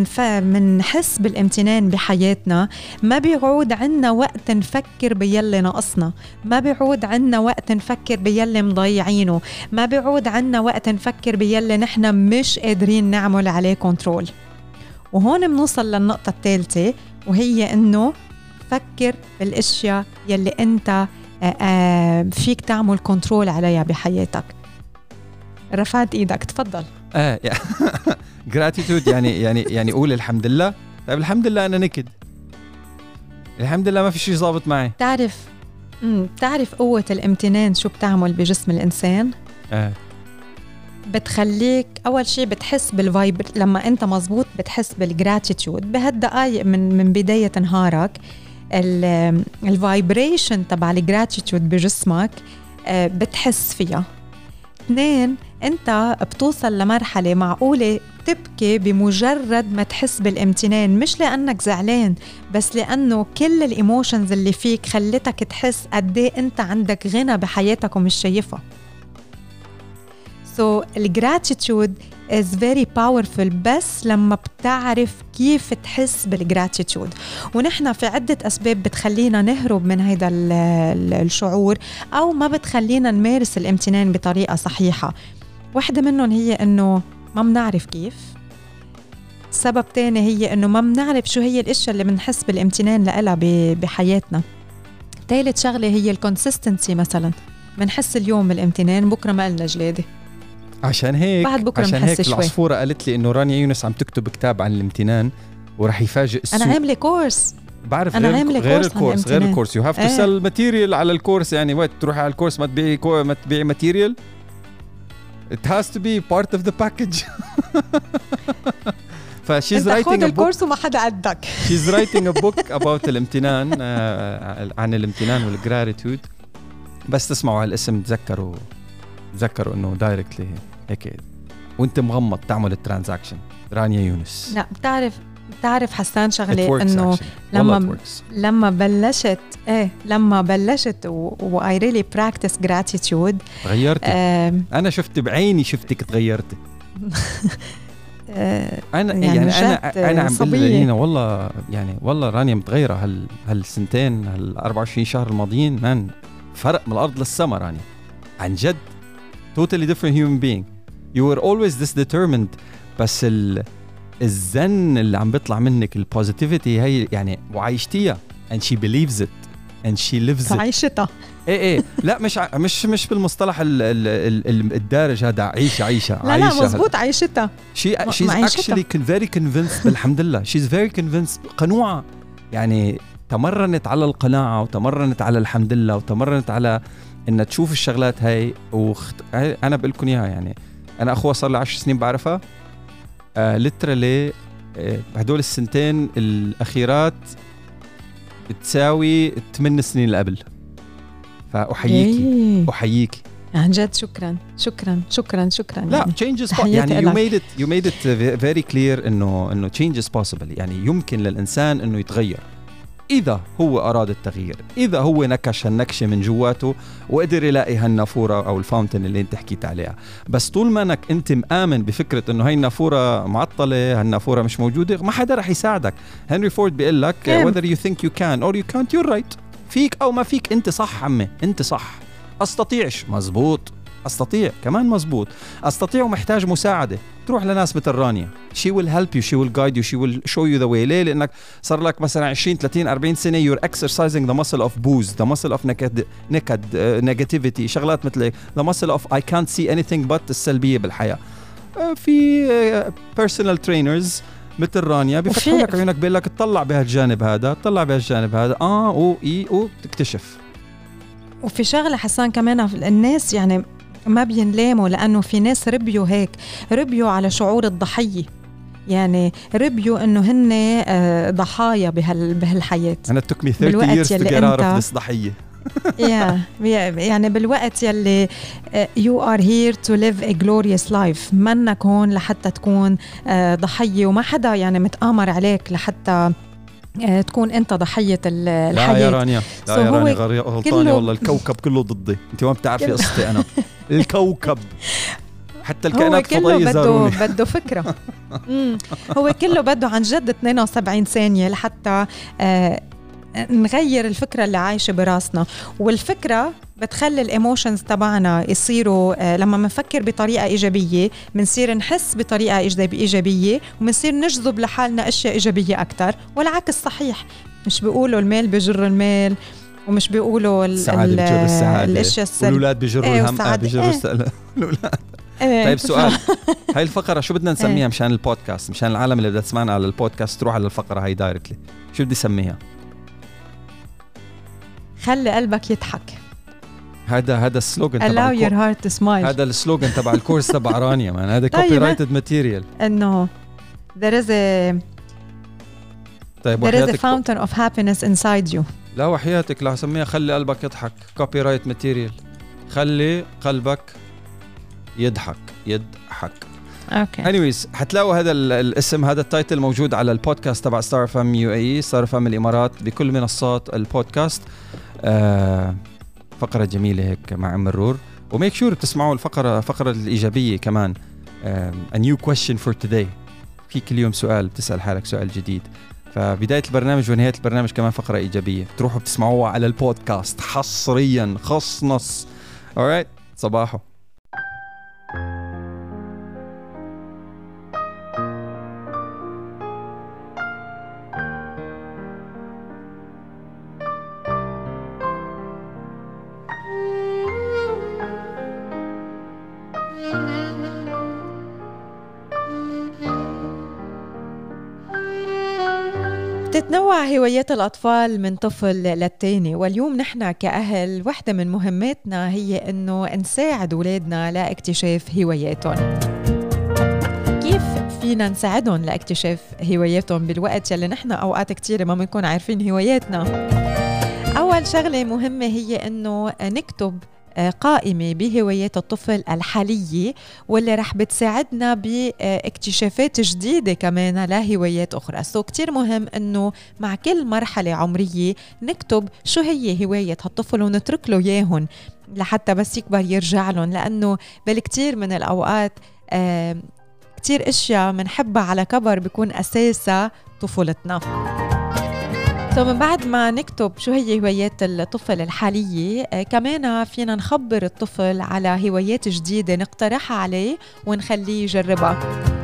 منحس بالامتنان بحياتنا ما بيعود عنا وقت نفكر بيلي ناقصنا، ما بيعود عنا وقت نفكر بيلي مضيعينه، ما بيعود عنا وقت نفكر بيلي نحن مش قادرين نعمل عليه كنترول. وهون بنوصل للنقطة الثالثة، وهي إنه فكر بالاشياء يلي انت فيك تعمل كنترول عليها بحياتك. رفعت ايدك تفضل. gratitude يعني قول الحمد لله. طيب الحمد لله انا نكد، الحمد لله ما في شيء ظابط معي. تعرف قوة الامتنان شو بتعمل بجسم الانسان؟ بتخليك أول شيء بتحس بالفايبر. لما أنت مزبوط بتحس بالجراتيتيود بهالدقايق من بداية نهارك. الفايبريشن تبع الجراتيتيود بجسمك بتحس فيها. 2 أنت بتوصل لمرحلة معقولة تبكي بمجرد ما تحس بالامتنان، مش لأنك زعلان بس لأنه كل الإيموشنز اللي فيك خلتك تحس قديه أنت عندك غنى بحياتك ومش شايفها. So الgratitude is very powerful بس لما بتعرف كيف تحس بالgratitude. ونحن في عدة أسباب بتخلينا نهرب من هيدا الشعور أو ما بتخلينا نمارس الامتنان بطريقة صحيحة. واحدة منهم هي إنه ما بنعرف كيف. سبب تاني هي إنه ما بنعرف شو هي الأشياء اللي بنحس بالامتنان لها بحياتنا. ثالث شغلة هي الكونسيستنسي. مثلا بنحس اليوم بالامتنان بكرة ما لنا جلادة. عشان هيك العصفورة قالت لي إنه رانيا يونس عم تكتب كتاب عن الامتنان ورح يفاجئ السوق. أنا عاملة كورس. بعرف غير الكورس you have to sell material على الكورس. يعني وقت تروح على الكورس ما تبيعي material. It has to be part of the package. she's writing a book. وما حدا قدك. She's writing a book about الامتنان عن الامتنان والجراتيتيود. بس تسمعوا هالاسم تذكروا انه دايركتلي هيك وانت مغمض تعمل الترانزاكشن. رانيا يونس. لا بتعرف حسان شغله انه لما بلشت و I really practice gratitude تغيرت. انا شفت بعيني شفتك تغيرت. انا عم بقول لينا والله رانيا متغيره هالسنتين 24 شهر الماضيين. مان فرق من الارض للسما. رانيا عن جد totally different human being. you were always this determined. بس الزن اللي عم بيطلع منك البوزيتيفيتي هي يعني وعايشتيها and she believes it and she lives it. عايشتها. ايه لا مش بالمصطلح الدارج هذا عيشة لا مزبوط عايشتها. she's actually very convinced. الحمد لله she's very convinced. قنوعة يعني تمرنت على القناعة وتمرنت على الحمد لله وتمرنت على إن تشوف الشغلات هاي أنا بقول لكم إياها. يعني أنا أخوها صار لي 10 سنين بعرفها literally. هدول السنتين الأخيرات بتساوي 8 سنين اللي قبل. فأحييكي أحييكي عن جد. شكرا لا يعني. change is يعني you made it very clear إنه change is possible. يعني يمكن للإنسان إنه يتغير إذا هو أراد التغيير، إذا هو نكش هالنكشة من جواته وقدر يلاقي هالنافورة أو الفاونتن اللي انت حكيت عليها. بس طول ما انك انت مآمن بفكرة إنه هاي النافورة معطلة، هالنافورة مش موجودة، ما حدا رح يساعدك. هنري فورد بيقول لك whether you think you can or you can't you're right. فيك أو ما فيك أنت صح عمي، أنت صح. أستطيعش مزبوط، أستطيع كمان مزبوط، أستطيع ومحتاج مساعدة. تروح لناس مثل رانيا she will help you, she will guide you, she will show you the way. ليه؟ لأنك صار لك مثلا 20 30 40 سنة you're exercising the muscle of booze, the muscle of negativity، شغلات مثل the muscle of I can't see anything but السلبية بالحياة. في personal trainers مثل رانيا بيفتحوا لك عيونك بيقول لك تطلع بهالجانب هذا، تطلع بهالجانب هذا وتكتشف. وفي شغلة حسان كمان الناس يعني ما بينلاموا، لأنه في ناس ربيوا هيك، ربيوا على شعور الضحية. يعني ربيوا إنه هن ضحايا بهالحياة. أنا took me 30 years to get out of this ضحية. يعني بالوقت يلي you are here to live a glorious life، منك هون لحتى تكون ضحية، وما حدا يعني متآمر عليك لحتى تكون أنت ضحية الحياة. لا يا رانيا، لا يا رانيا غلطانة والله. الكوكب كله ضدي. أنت ما بتعرفي قصتي أنا. الكوكب حتى الكائنات الفضائية زاروني. بده فكرة. هو كله بده عن جد 72 ثانية لحتى نغير الفكرة اللي عايشة براسنا. والفكرة بتخلي الإيموشنز تبعنا يصيروا لما منفكر بطريقة إيجابية منصير نحس بطريقة إيجابية ومنصير نجذب لحالنا أشياء إيجابية أكتر. والعكس صحيح، مش بيقولوا المال بيجر المال، ومش بيقولوا السعادة بيجر السعادة، الأشياء والأولاد بيجروا الهم بيجروا الأولاد. طيب سؤال، هاي الفقرة شو بدنا نسميها مشان البودكاست، مشان العالم اللي بدها تسمعنا على البودكاست تروح على الفقرة هاي دايركتلي، شو بدي سميها؟ خلي قلبك يضحك. هذا السلوغان تبع allow your heart to smile. هذا السلوغان تبع الكورس تبع رانيا مان. هذا copyrighted material. إنه there is a fountain of happiness inside you. لا وحياتك لا سميها خلي قلبك يضحك. copyright material. خلي قلبك يضحك. اوكي. anyways حتلاقوا هذا الاسم، هذا التايتل موجود على البودكاست تبع ستار اف ام UAE، ستار اف ام الامارات، بكل منصات البودكاست. فقرة جميلة هيك مع مرور. وميك شور تسمعوا الفقرة الإيجابية كمان. a new question for today. في كل يوم سؤال بتسأل حالك سؤال جديد. فبداية البرنامج ونهاية البرنامج كمان فقرة إيجابية بتروحوا بتسمعوها على البودكاست حصريا خص نص. alright صباحو. تتنوع هوايات الأطفال من طفل للتاني، واليوم نحن كأهل واحدة من مهماتنا هي إنه نساعد أولادنا لاكتشاف هواياتهم. كيف فينا نساعدهم لاكتشاف هواياتهم بالوقت يلي نحن أوقات كتير ما بنكون عارفين هواياتنا؟ أول شغلة مهمة هي إنه نكتب قائمة بهوايات الطفل الحالية واللي رح بتساعدنا باكتشافات جديدة كمان لهوايات أخرى. كتير مهم أنه مع كل مرحلة عمرية نكتب شو هي هواية هالطفل ونترك له ياهن لحتى بس يكبر يرجع لهم، لأنه بالكتير من الأوقات كتير أشياء منحبها على كبر بيكون أساسها طفولتنا. من بعد ما نكتب شو هي هوايات الطفل الحالية، كمان فينا نخبر الطفل على هوايات جديدة نقترحها عليه ونخليه يجربها.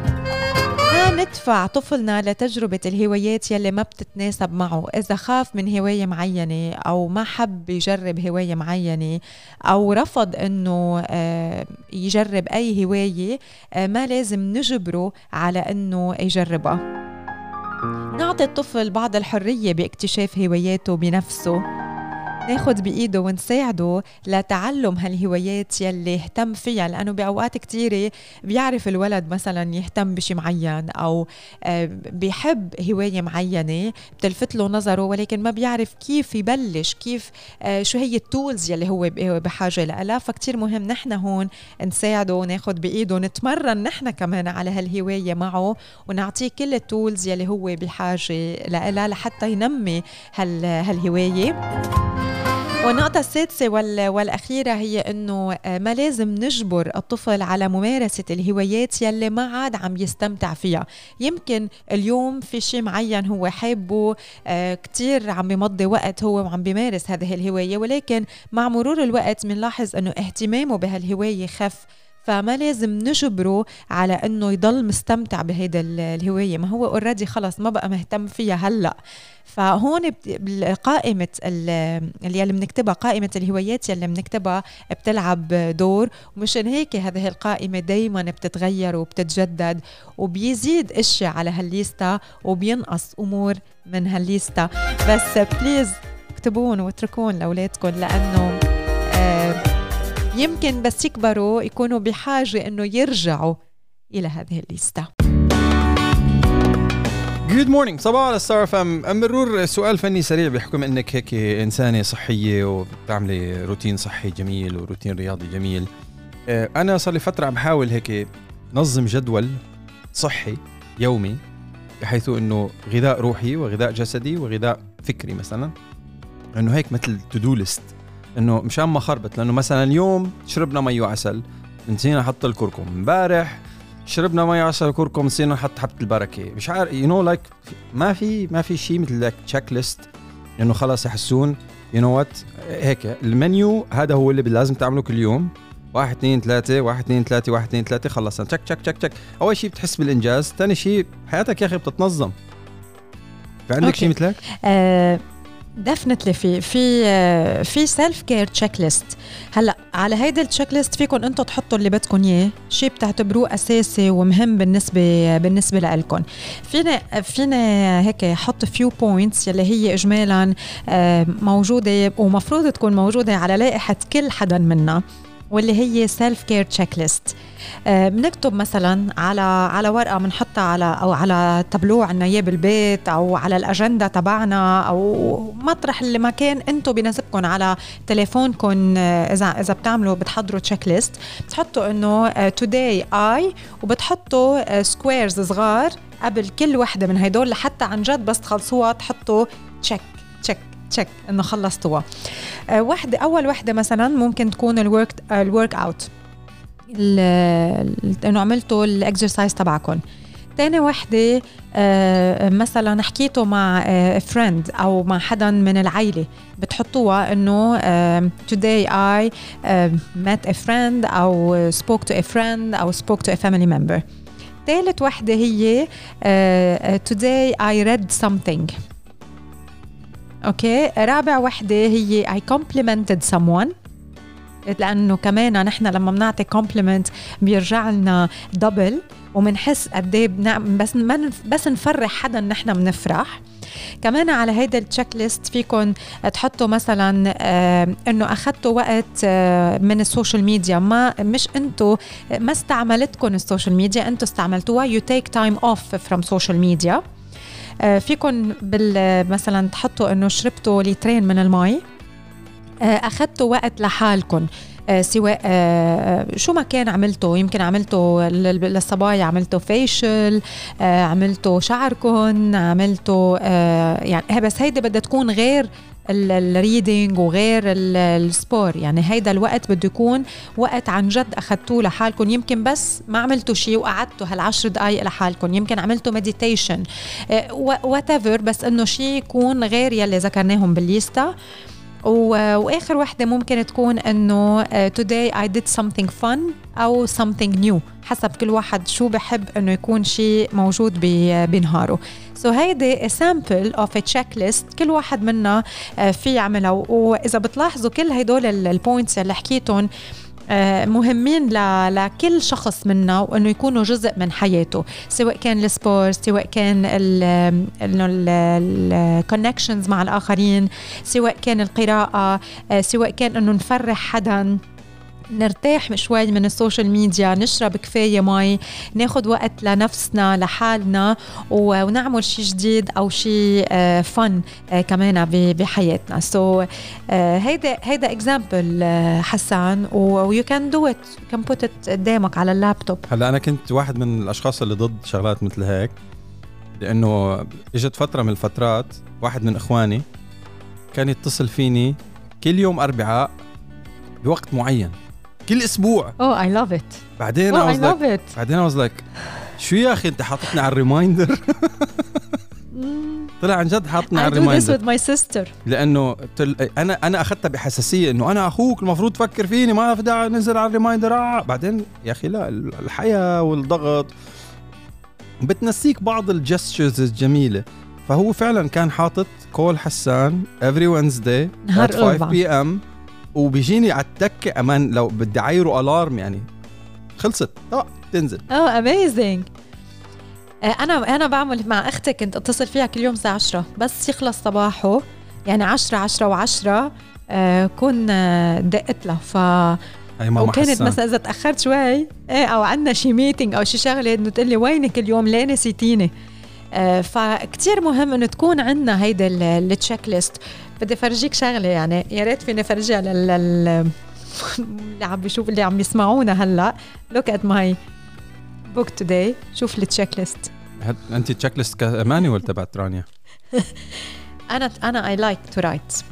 ندفع طفلنا لتجربة الهوايات يلي ما بتتناسب معه. إذا خاف من هواية معينة أو ما حب يجرب هواية معينة أو رفض أنه يجرب أي هواية، ما لازم نجبره على أنه يجربها. نعطي الطفل بعض الحرية باكتشاف هواياته بنفسه، ناخد بإيده ونساعده لتعلم هالهوايات يلي اهتم فيها، لأنه بأوقات كتيرة بيعرف الولد مثلا يهتم بشي معين أو بيحب هواية معينة بتلفت له نظره، ولكن ما بيعرف كيف يبلش، كيف شو هي التولز يلي هو بحاجة لها. فكتير مهم نحن هون نساعده وناخد بإيده، نتمرن نحن كمان على هالهواية معه ونعطيه كل التولز يلي هو بحاجة لها لحتى ينمي هالهواية. والنقطة السادسة والأخيرة هي أنه ما لازم نجبر الطفل على ممارسة الهوايات يلي ما عاد عم يستمتع فيها. يمكن اليوم في شيء معين هو حابه، كتير عم بيمضي وقت هو وعم بيمارس هذه الهواية، ولكن مع مرور الوقت منلاحظ أنه اهتمامه بهالهواية خف، فما لازم نجبره على أنه يضل مستمتع بهيدا الهواية. ما هو already خلص ما بقى مهتم فيها هلأ. فهون قائمة اللي بنكتبها، قائمة الهوايات اللي بنكتبها بتلعب دور، ومشان هيك هذه القائمة دايما بتتغير وبتتجدد، وبيزيد اشياء على هالليستا وبينقص أمور من هالليستا. بس بليز اكتبون واتركون لأولادكم، لأنه يمكن بس يكبروا يكونوا بحاجة إنه يرجعوا إلى هذه الليستة. Good morning، صباح على ستار اف ام. مرور سؤال فني سريع، بحكم انك هيك انسانة صحية وبتعملي روتين صحي جميل وروتين رياضي جميل، انا صار لي فترة عم بحاول هيك نظم جدول صحي يومي، بحيث انه غذاء روحي وغذاء جسدي وغذاء فكري، مثلا انه هيك مثل تو-دو ليست، انه مشان ما خربت. لانه مثلا اليوم شربنا مي وعسل، نسينا نحط الكركم. امبارح شربنا مي عسل وكركم، نسينا نحط حبة البركة. مش عارف لايك ما في شيء مثل لايك تشيك ليست، انه خلاص يحسون وات هيك المنيو هذا هو اللي لازم تعمله كل يوم. 1 2 3 1 2 3 1 2 3 خلصنا، تشك تشك تشك تشك. اول شيء بتحس بالانجاز، ثاني شيء حياتك يا اخي بتتنظم. فعندك شيء مثلك؟ دفنتلي في سيلف كير تشيك ليست. هلا على هيدا التشيك ليست فيكم انتم تحطوا اللي بدكم اياه، شيء بتعتبروه اساسي ومهم بالنسبه لكم. فينا هيك حط فيو بوينتس يلي هي اجمالا موجوده ومفروض تكون موجوده على لائحه كل حدا منا، واللي هي سيلف كير تشيك ليست. بنكتب مثلا على ورقه بنحطها على تابلو عنا اياه بالبيت، او على الاجنده تبعنا، او مطرح اللي ما كان انتم بيناسبكم على تليفونكم. اذا بتعملوا بتحضروا تشيك ليست، بتحطوا انه today I، وبتحطوا سكويرز صغار قبل كل وحده من هيدول، لحتى عن جد بس تخلصوها تحطوا تشيك تشيك تشيك انه خلصتوها. اول وحده مثلا ممكن تكون الورك اوت، انه عملتوا الاكسرسايز تبعكم. تاني وحده مثلا حكيتوا مع فريند او مع حدا من العائله، بتحطوها انه today I met a friend او spoke to a friend او spoke to a family member. ثالث وحده هي today I read something. اوكي، رابع وحده هي I complimented someone، لانه كمان نحن لما بنعطي compliment بيرجع لنا دبل، ومنحس قد ايه بس نفرح حدا نحن بنفرح. كمان على هيدا التشيك ليست فيكم تحطوا مثلا انه اخذتوا وقت من السوشيال ميديا، مش انتو ما استعملتكم السوشيال ميديا، انتو استعملتوها. you take time off from social media. فيكن مثلا تحطوا انه شربتوا لترين من المي، اخذتوا وقت لحالكم، سواء شو ما كان عملتوا. يمكن عملتوا للصبايا عملتوا فيشل، عملتوا شعركم، عملتوا يعني بس هيدا بدها تكون غير الريدينج وغير السبور. يعني هيدا الوقت بده يكون وقت عن جد أخدتوه لحالكم، يمكن بس ما عملتوا شيء وقعدتوا هال10 دقايق لحالكم، يمكن عملتوا مديتيشن whatever، بس إنه شيء يكون غير يلي ذكرناهم بالليستا. وآخر وحدة ممكن تكون إنه today I did something fun أو something new، حسب كل واحد شو بحب إنه يكون شيء موجود بنهاره. So هيدي a sample of a checklist كل واحد منا في يعملها. وإذا بتلاحظوا كل هيدول البوينتس اللي حكيتهم مهمين لكل شخص منا، وإنه يكونوا جزء من حياته، سواء كان السبورت، سواء كان الكونكشنز مع الآخرين، سواء كان القراءة، سواء كان إنه نفرح حدا، نرتاح شوي من السوشيال ميديا، نشرب كفاية مي، ناخد وقت لنفسنا لحالنا، ونعمل شيء جديد أو شيء فن كمان بحياتنا. So هيدا example حسان، و you can do it، you can put it قدامك على اللابتوب. هلا أنا كنت واحد من الأشخاص اللي ضد شغلات مثل هيك، لأنه إجت فترة من الفترات واحد من إخواني كان يتصل فيني كل يوم أربعاء بوقت معين كل أسبوع. I love it. بعدين I was like شو يا أخي أنت حاطتني على الريمايندر؟ طلع عن جد حاطني على الريمايندر. I do this with my sister. لأنه أنا أخذتها بحساسية إنه أنا أخوك المفروض تفكر فيني، ما في داعي ننزل على الريمايندر. بعدين يا أخي لا، الحياة والضغط بتنسيك بعض الجستشرز الجميلة. فهو فعلا كان حاطط كول حسان every Wednesday at 5 PM، وبيجيني على التكة أمان لو بدي عايره ألارم يعني خلصت تنزل. amazing. أنا بعمل مع أختي، كنت أتصل فيها كل يوم الساعة 10 بس يخلص صباحه، يعني 10 كون دقت له. وكانت مثلا إذا تأخرت شوي أو عنا شي ميتينج أو شي شغلة إنه تقلي وينك اليوم ليه نسيتيني. فكتير مهم إنه تكون عنا هيدا التشيك ليست. بدي فرجيك شغلة، يعني يا ريت فيني فرجيها اللي عم بيشوف، اللي عم يسمعونا هلا. look at my book today، شوف التشيك ليست. أنت تشيك ليست كأماني ولا تبعت رانيا؟ أنا I like to write.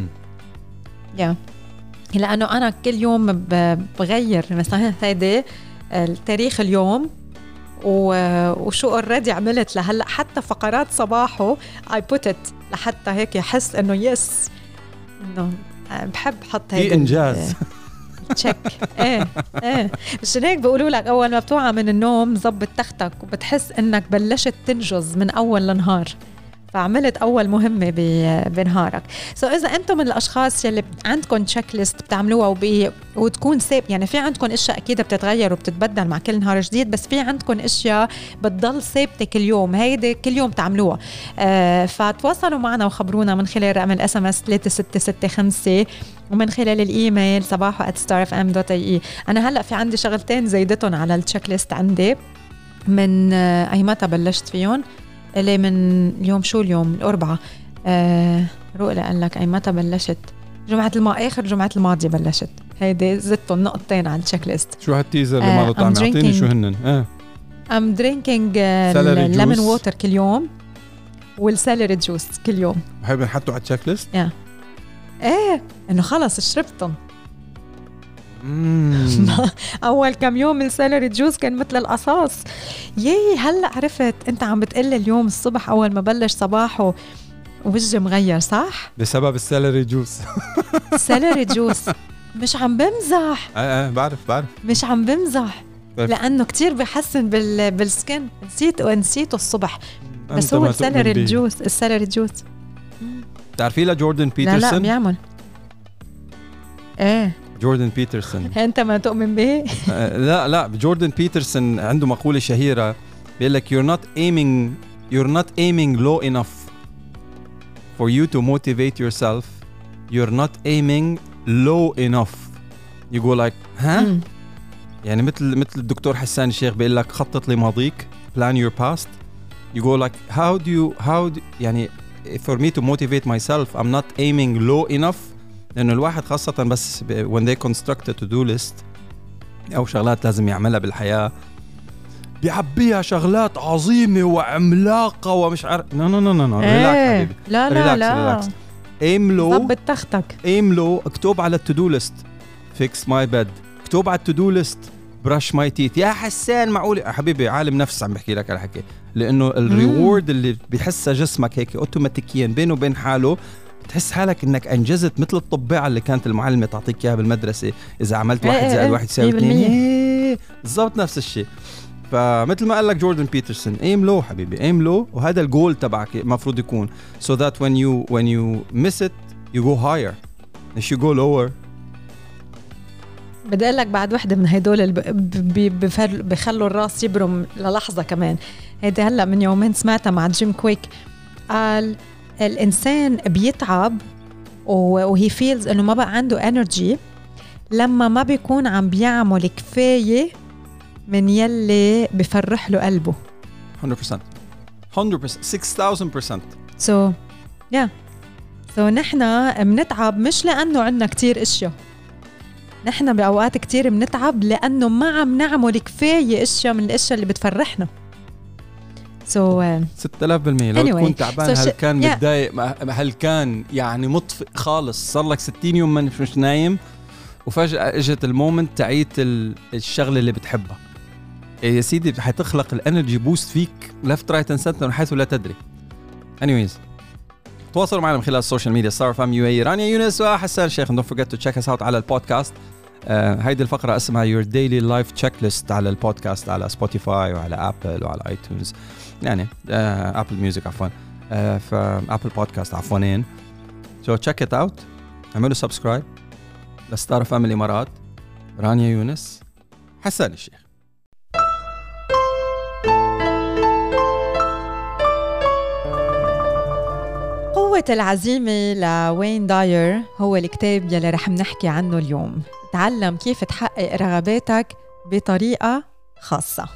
لأنه أنا كل يوم بغير مثلا هيدا التاريخ اليوم وشو already عملت لهلا، حتى فقرات صباحه I put it لحتى هيك يحس إنه يس، إنه بحب حط هيك إنجاز تشيك. مش هيك بيقولوا لك أول ما بتوعى من النوم زبط تختك وبتحس إنك بلشت تنجز من أول النهار، فعملت أول مهمة بنهارك. إذا أنتم من الأشخاص يلي عندكم تشيك ليست بتعملوها وتكون سيب، يعني في عندكم أشياء أكيد بتتغير وبتتبدل مع كل نهار جديد، بس في عندكم أشياء بتضل ثابتة كل يوم، هيدي كل يوم تعملوها. فتواصلوا معنا وخبرونا من خلال رقم الSMS 3665 ومن خلال الإيميل sabaho@starfm.ie. أنا هلأ في عندي شغلتين زيدتهم على التشيك ليست عندي، من أي متى بلشت فيهم، اللي من اليوم شو اليوم الأربعاء. رؤى قال لك أي متى بلشت؟ آخر جمعة الماضية بلشت. هيدي زدتهم نقطتين على التشيك ليست. شو هالتيزر اللي ما طعم يعطيني شو هنن؟ I'm drinking lemon water كل يوم والسالري جوس كل يوم. هاي بنحطوا على التشيك ليست؟ إنه خلص شربتهم. أول كم يوم السالري جوز كان مثل القصاص. هلأ عرفت أنت عم بتقل اليوم الصبح أول ما بلش صباحه وجهي مغير، صح؟ بسبب السالري جوز. السالري جوز مش عم بمزح. بعرف مش عم بمزح، لأنه كتير بيحسن بالسكن. نسيته الصبح، بس هو السالري جوز. تعرفي لجوردن بيترسون؟ لا بيعمل جوردن بيترسون. أنت ما تؤمن به؟ لا جوردن بيترسون عنده مقولة شهيرة بيقول لك you're not aiming low enough for you to motivate yourself, you're not aiming low enough. you go like يعني مثل الدكتور حسان الشيخ بيقول لك خطط لماضيك، plan your past. you go like how do يعني for me to motivate myself I'm not aiming low enough. لأنه الواحد خاصة بس when they construct a to-do list أو شغلات لازم يعملها بالحياة بيعبيها شغلات عظيمة وعملاقة ومش عارف. no relax حبيبي، لا relax. aim low ضبط تختك. aim low. اكتب على التو ليست fix my bed. اكتب على التو ليست brush my teeth. يا حسان معقول يا حبيبي؟ عالم نفس عم بحكي لك على حكي، لانه الريورد اللي بيحسها جسمك هيك اوتوماتيكيا بينه وبين حاله بتحس حالك انك انجزت، مثل الطباعه اللي كانت المعلمه تعطيك اياها بالمدرسه، اذا عملت 1 زائد 1 يساوي 2. بالضبط نفس الشيء. فمثل ما قال لك جوردن بيترسون aim low حبيبي aim low، وهذا الجول تبعك المفروض يكون so that when you miss it you go higher مش you go lower. بدي اقول لك بعد وحده من هدول اللي بخلوا الراس يبرم للحظه كمان. هيدي هلا من يومين سمعتها مع جيم كويك، قال الانسان بيتعب وهي فيلز انه ما بقى عنده انرجي لما ما بيكون عم بيعمل كفايه من يلي بفرح له قلبه. 100% 6000%. سو نحن بنتعب مش لانه عندنا كتير اشياء، نحن باوقات كتير بنتعب لانه ما عم نعمل كفايه اشياء من الاشياء اللي بتفرحنا. 6000%. لو تكون تعبان هل كان متضايق، هل كان يعني مطفئ خالص، صار لك 60 يوم مش نايم، وفجأة اجت المومنت تعيت الشغله اللي بتحبها، يا سيدي حتخلق الانرجي بوست فيك لفت رايت اند سنتر من حيث لا تدري. anyways تواصلوا معنا من خلال السوشيال ميديا ستار اف ام يو اي رانيا يونس وحسان شيخ. don't forget to check us out على البودكاست. هيدي الفقرة اسمها your daily life checklist على البودكاست، على سبوتيفاي وعلى ابل وعلى ايتونز، يعني ابل ميوزك عفوا، فابل بودكاست عفوا. so check it out. اعملوا سبسكرايب لستار اف ام الامارات. رانيا يونس، حسان الشيخ. قوة العزيمة لوين داير هو الكتاب يلي رح نحكي عنه اليوم. تعلم كيف تحقق رغباتك بطريقة خاصة.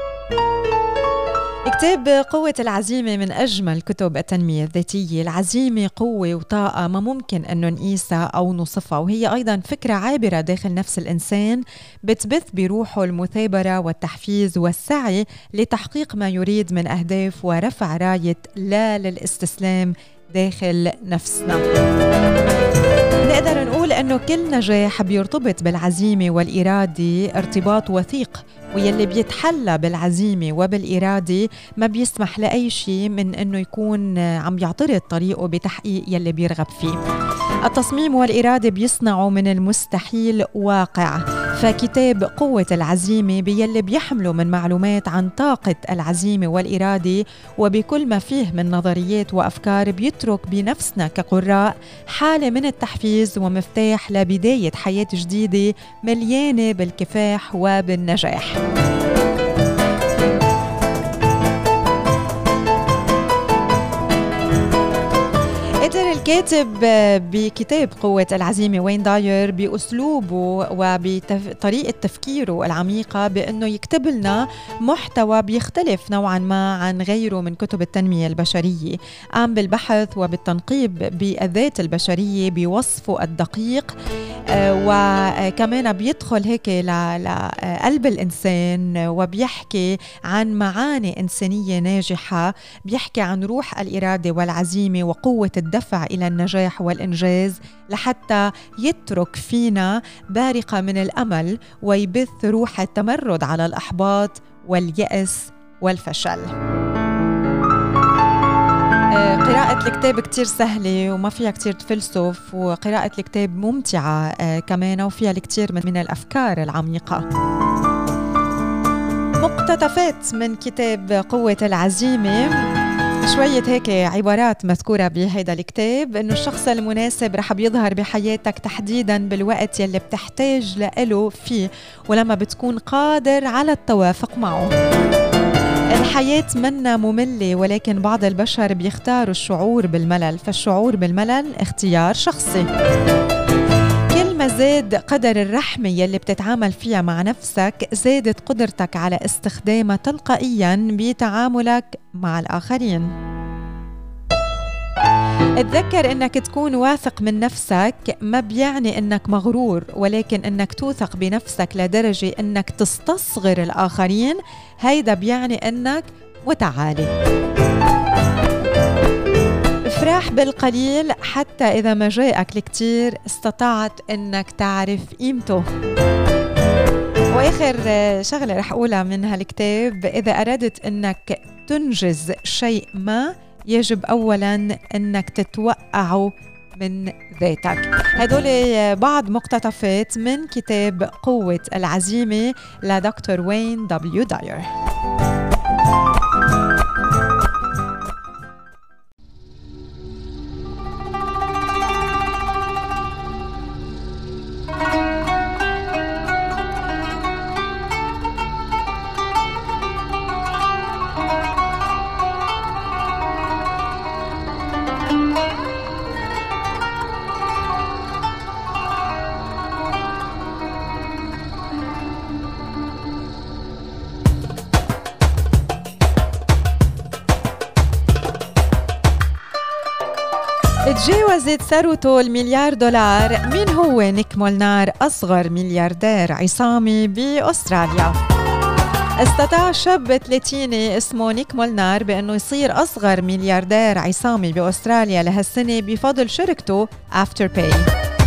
كتاب قوة العزيمة من أجمل كتب التنمية الذاتية. العزيمة قوة وطاقة ما ممكن أنه نقيسها أو نوصفها، وهي أيضا فكرة عابرة داخل نفس الإنسان بتبث بروحه المثابرة والتحفيز والسعي لتحقيق ما يريد من أهداف ورفع راية لا للاستسلام داخل نفسنا. نقدر نقول أنه كل نجاح بيرتبط بالعزيمة والإرادة ارتباط وثيق، ويلي بيتحلى بالعزيمة وبالإرادة ما بيسمح لأي شيء من أنه يكون عم يعترض طريقه بتحقيق يلي بيرغب فيه. التصميم والإرادة بيصنعوا من المستحيل واقع. فكتاب قوة العزيمة بيلي بيحمله من معلومات عن طاقة العزيمة والإرادة وبكل ما فيه من نظريات وأفكار بيترك بنفسنا كقراء حالة من التحفيز ومفتاح لبداية حياة جديدة مليانة بالكفاح وبالنجاح. قدر الكاتب بكتاب قوة العزيمة وين داير بأسلوبه وبطريقة تفكيره العميقة بأنه يكتب لنا محتوى بيختلف نوعا ما عن غيره من كتب التنمية البشرية. قام بالبحث وبالتنقيب بالذات البشرية بوصفه الدقيق، وكمان بيدخل هيك لقلب الإنسان وبيحكي عن معاني إنسانية ناجحة، بيحكي عن روح الإرادة والعزيمة وقوة الدفع إلى النجاح والإنجاز لحتى يترك فينا بارقة من الأمل ويبث روح التمرد على الإحباط واليأس والفشل. قراءة الكتاب كتير سهلة وما فيها كتير تفلسف، وقراءة الكتاب ممتعة كمان وفيها الكتير من الأفكار العميقة. مقتطفات من كتاب قوة العزيمة، شوية هيك عبارات مذكورة بهذا الكتاب، إنه الشخص المناسب رح بيظهر بحياتك تحديداً بالوقت يلي بتحتاج لإله فيه ولما بتكون قادر على التوافق معه. الحياة منا مملة، ولكن بعض البشر بيختاروا الشعور بالملل، فالشعور بالملل اختيار شخصي. كل ما زاد قدر الرحمة يلي بتتعامل فيها مع نفسك، زادت قدرتك على استخدامها تلقائياً بتعاملك مع الآخرين. اتذكر انك تكون واثق من نفسك ما بيعني انك مغرور، ولكن انك توثق بنفسك لدرجة انك تستصغر الآخرين، هيدا بيعني انك متعالي. افرح بالقليل حتى إذا ما جاءك الكتير استطعت إنك تعرف قيمته. وآخر شغلة رح أقولها من هالكتاب: إذا أردت إنك تنجز شيء ما يجب أولاً إنك تتوقعه من ذاتك. هدول بعض مقتطفات من كتاب قوة العزيمة لدكتور وين دبليو داير. تجاوزت ثروته $1 مليار. مين هو نيك مولنار أصغر ملياردير عصامي بأستراليا؟ استطاع شاب 30 اسمه نيك مولنار بأنه يصير أصغر ملياردير عصامي بأستراليا لهالسنة بفضل شركته Afterpay.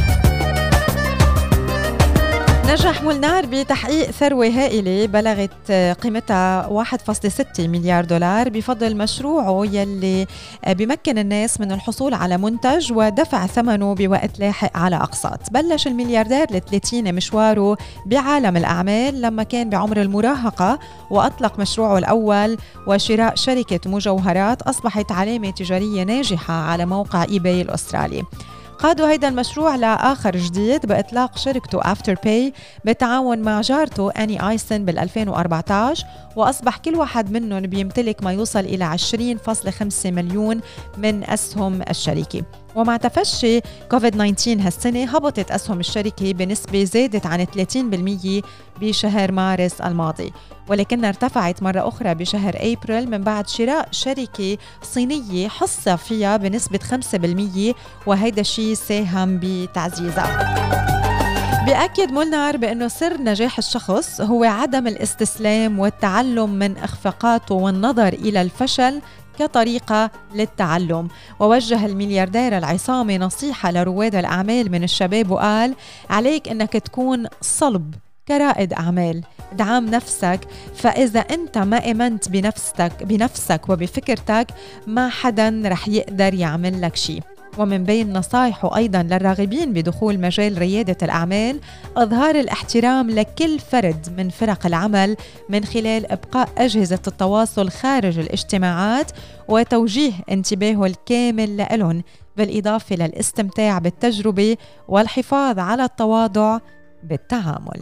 نجح مولنار بتحقيق ثروة هائلة بلغت قيمتها $1.6 مليار بفضل مشروعه يلي بيمكن الناس من الحصول على منتج ودفع ثمنه بوقت لاحق على أقساط. بلش الملياردير ال30 مشواره بعالم الأعمال لما كان بعمر المراهقة وأطلق مشروعه الأول وشراء شركة مجوهرات أصبحت علامة تجارية ناجحة على موقع إيباي الأسترالي. قادوا هيدا المشروع لآخر جديد بإطلاق شركته Afterpay بالتعاون مع جارته أني آيسن بال2014، وأصبح كل واحد منهم بيمتلك ما يوصل إلى 20.5 مليون من أسهم الشركة. ومع تفشي كوفيد-19 هالسنة هبطت أسهم الشركة بنسبة زادت عن 30% بشهر مارس الماضي، ولكنها ارتفعت مرة أخرى بشهر أبريل من بعد شراء شركة صينية حصة فيها بنسبة 5%، وهيدا الشيء ساهم بتعزيزها. بيأكد مولنار بأنه سر نجاح الشخص هو عدم الاستسلام والتعلم من إخفاقاته والنظر إلى الفشل كطريقة للتعلم. ووجه الملياردير العصامي نصيحة لرواد الأعمال من الشباب وقال: عليك أنك تكون صلب كرائد أعمال، ادعم نفسك، فإذا أنت ما آمنت بنفسك وبفكرتك ما حدا رح يقدر يعمل لك شيء. ومن بين نصائحه أيضاً للراغبين بدخول مجال ريادة الأعمال إظهار الاحترام لكل فرد من فرق العمل من خلال إبقاء أجهزة التواصل خارج الاجتماعات وتوجيه انتباهه الكامل لهم، بالإضافة للاستمتاع بالتجربة والحفاظ على التواضع بالتعامل.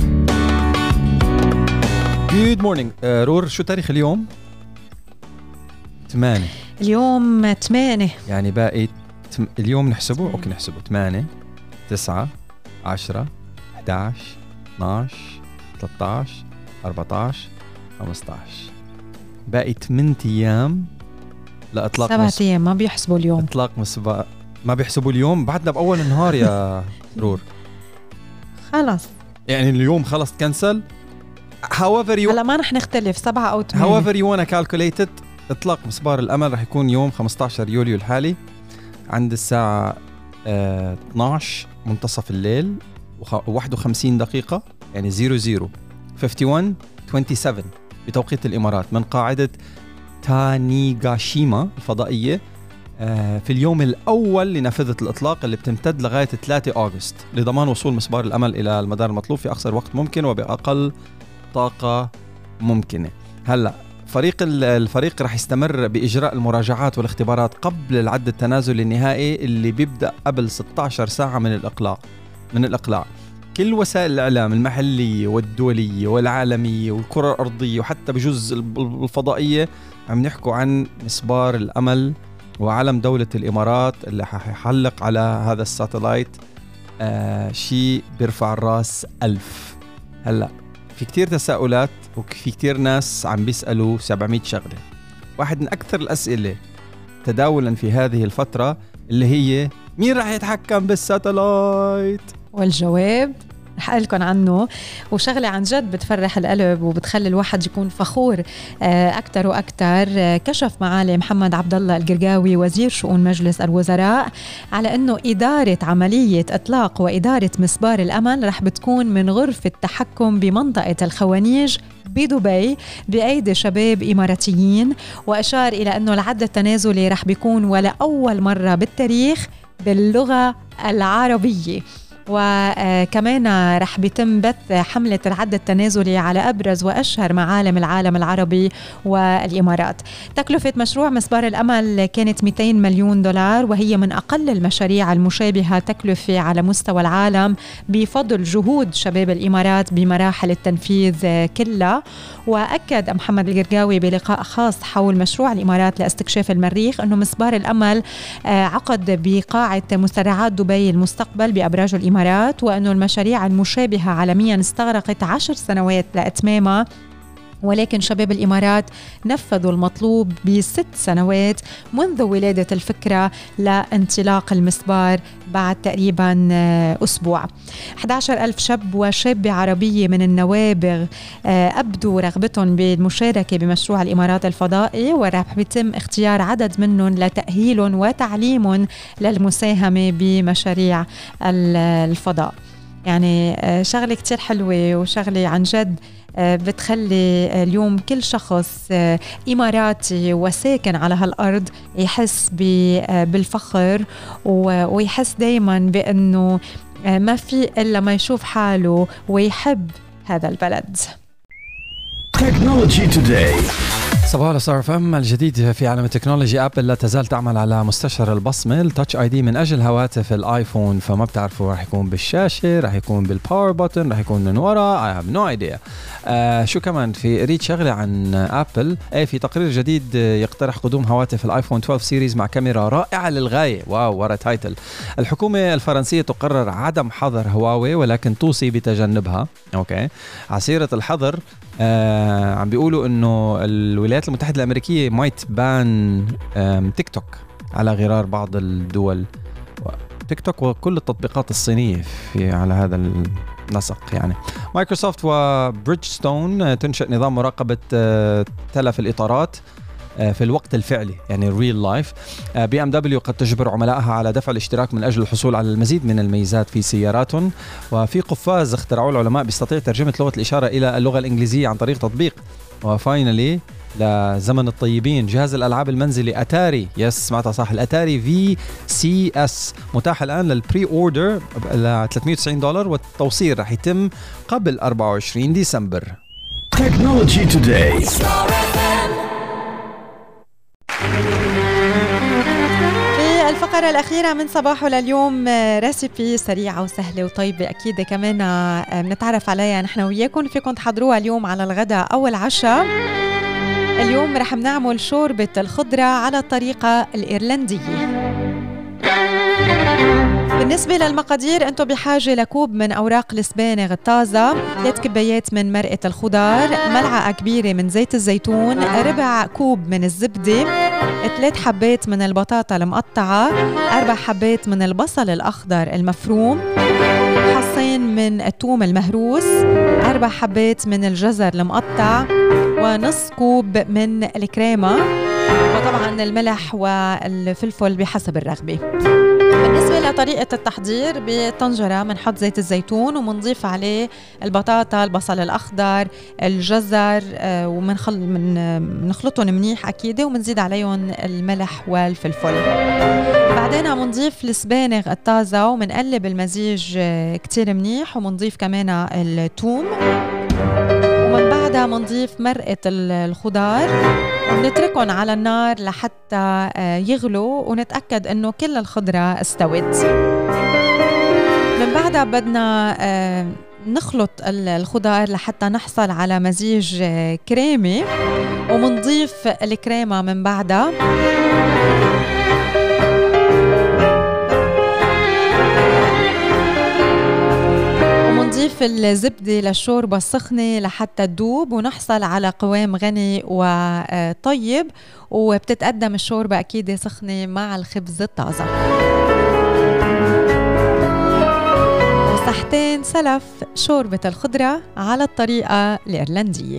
Good morning. رور، شو تاريخ اليوم؟ 8. اليوم 8 يعني باقي اليوم نحسبه؟ أوكي نحسبه 8 9 10 11 12 13 14 15 باقي 8 أيام لإطلاق 7 أيام. ما بيحسبوا اليوم إطلاق مسبق، ما بيحسبوا اليوم، بعدنا بأول النهار يا رور. خلص يعني اليوم خلص تكنسل. هلا ما رح نختلف 7 أو 8. however you wanna calculate it. إطلاق مسبار الأمل رح يكون يوم 15 يوليو الحالي عند الساعة 12 منتصف الليل و51 دقيقة، يعني 00:51:27 بتوقيت الإمارات من قاعدة تانيغاشيما الفضائية في اليوم الأول لنافذة الإطلاق اللي بتمتد لغاية 3 أغسطس لضمان وصول مسبار الأمل إلى المدار المطلوب في أقصر وقت ممكن وبأقل طاقة ممكنة. هلأ الفريق رح يستمر بإجراء المراجعات والاختبارات قبل العد التنازلي النهائي اللي بيبدأ قبل 16 ساعة من الإقلاع. كل وسائل الإعلام المحلية والدولية والعالمية والكرة الأرضية وحتى بجزء الفضائية عم نحكوا عن مسبار الأمل وعلم دولة الإمارات اللي حيحلق على هذا الساتلايت. شيء بيرفع الراس 1000. هلأ في كتير تساؤلات وفي كتير ناس عم بيسألوا 700 شغلة. واحد من أكثر الأسئلة تداولا في هذه الفترة اللي هي مين راح يتحكم بالساتلايت؟ والجواب رح أقلكن عنه، وشغلة عن جد بتفرح القلب وبتخلي الواحد يكون فخور أكتر وأكتر. كشف معالي محمد عبد الله القرقاوي وزير شؤون مجلس الوزراء على أنه إدارة عملية إطلاق وإدارة مسبار الأمل رح بتكون من غرفة التحكم بمنطقة الخوانيج بدبي بأيدي شباب إماراتيين، وأشار إلى أنه العد التنازلي رح بيكون ولا أول مرة بالتاريخ باللغة العربية. وكمان رح بيتم بث حملة العد التنازلي على أبرز وأشهر معالم العالم العربي والإمارات. تكلفة مشروع مسبار الأمل كانت 200 مليون دولار، وهي من أقل المشاريع المشابهة تكلفة على مستوى العالم بفضل جهود شباب الإمارات بمراحل التنفيذ كلها. وأكد محمد القرقاوي بلقاء خاص حول مشروع الإمارات لاستكشاف المريخ أنه مسبار الأمل عقد بقاعة مسرعات دبي المستقبل بأبراج الإمارات، وأنه المشاريع المشابهة عالميا استغرقت 10 سنوات لإتمامها، ولكن شباب الإمارات نفذوا المطلوب ب6 سنوات منذ ولادة الفكرة لانطلاق المسبار بعد تقريبا أسبوع. 11,000 شاب وشابة عربية من النوابغ أبدوا رغبتهم بالمشاركة بمشروع الإمارات الفضائي، ورح بيتم اختيار عدد منهم لتأهيلهم وتعليمهم للمساهمة بمشاريع الفضاء. يعني شغلة كتير حلوة وشغلة عن جد بتخلي اليوم كل شخص إماراتي وساكن على هالأرض يحس بالفخر ويحس دايما بأنه ما في إلا ما يشوف حاله ويحب هذا البلد. Technology Today. صباح الخير فهم. الجديد في عالم التكنولوجي، ابل لا تزال تعمل على مستشعر البصمه التاتش اي دي من اجل هواتف الايفون، فما بتعرفوا راح يكون بالشاشه، راح يكون بالباور بutton، راح يكون من ورا. I have no idea. شو كمان في اريد شغله عن ابل. في تقرير جديد يقترح قدوم هواتف الايفون 12 سيريز مع كاميرا رائعه للغايه. واو ورا تايتل. الحكومه الفرنسيه تقرر عدم حظر هواوي ولكن توصي بتجنبها. اوكي، عسيره الحظر عم بيقولوا انه الولايات المتحدة الامريكية مايت بان تيك توك على غرار بعض الدول، تيك توك وكل التطبيقات الصينية على هذا النسق. يعني مايكروسوفت وبريدجستون تنشئ نظام مراقبة تلف الإطارات في الوقت الفعلي، يعني الريل لايف. بي ام دبليو قد تجبر عملائها على دفع الاشتراك من اجل الحصول على المزيد من الميزات في سياراتهم. وفي قفاز اخترعوه العلماء بيستطيع ترجمة لغة الإشارة إلى اللغة الإنجليزية عن طريق تطبيق. وفاينلي لزمن الطيبين، جهاز الألعاب المنزلي أتاري، سمعتها صح، الأتاري VCS متاح الآن للبري أوردر ل $390 والتوصيل رح يتم قبل 24 ديسمبر. Technology Today. في الفقرة الأخيرة من صباحه لليوم ريسيبي سريعة وسهلة وطيبة، أكيد كمان بنتعرف عليها نحن وياكم، فيكم تحضروها اليوم على الغداء أو العشاء. اليوم رح نعمل شوربة الخضرة على الطريقة الإيرلندية. بالنسبة للمقادير، أنتم بحاجة لكوب من أوراق السبانغ الطازة، 3 كبايات من مرقة الخضار، ملعقة كبيرة من زيت الزيتون، ربع كوب من الزبدة، 3 حبات من البطاطا المقطعة، 4 حبات من البصل الأخضر المفروم، حصين من الثوم المهروس، 4 حبات من الجزر المقطع، ونص كوب من الكريمة، وطبعا الملح والفلفل بحسب الرغبة. بالنسبة لطريقة التحضير، بطنجرة منحط زيت الزيتون ومنضيف عليه البطاطا، البصل الأخضر، الجزر، ومنخلطهم منيح أكيد، ومنزيد عليهم الملح والفلفل. بعدين منضيف السبانغ الطازة ومنقلب المزيج كتير منيح، ومنضيف كمان الثوم، ومن بعدها منضيف مرقة الخضار ونتركهم على النار لحتى يغلوا ونتأكد انه كل الخضرة استوت. من بعدها بدنا نخلط الخضار لحتى نحصل على مزيج كريمي، ومنضيف الكريمة من بعدها، نضيف الزبدة للشوربة السخنة لحتى تدوب ونحصل على قوام غني وطيب، وبتتقدم الشوربة أكيد سخنة مع الخبز الطازة. تحتين سلف شوربة الخضرة على الطريقة الإيرلندية.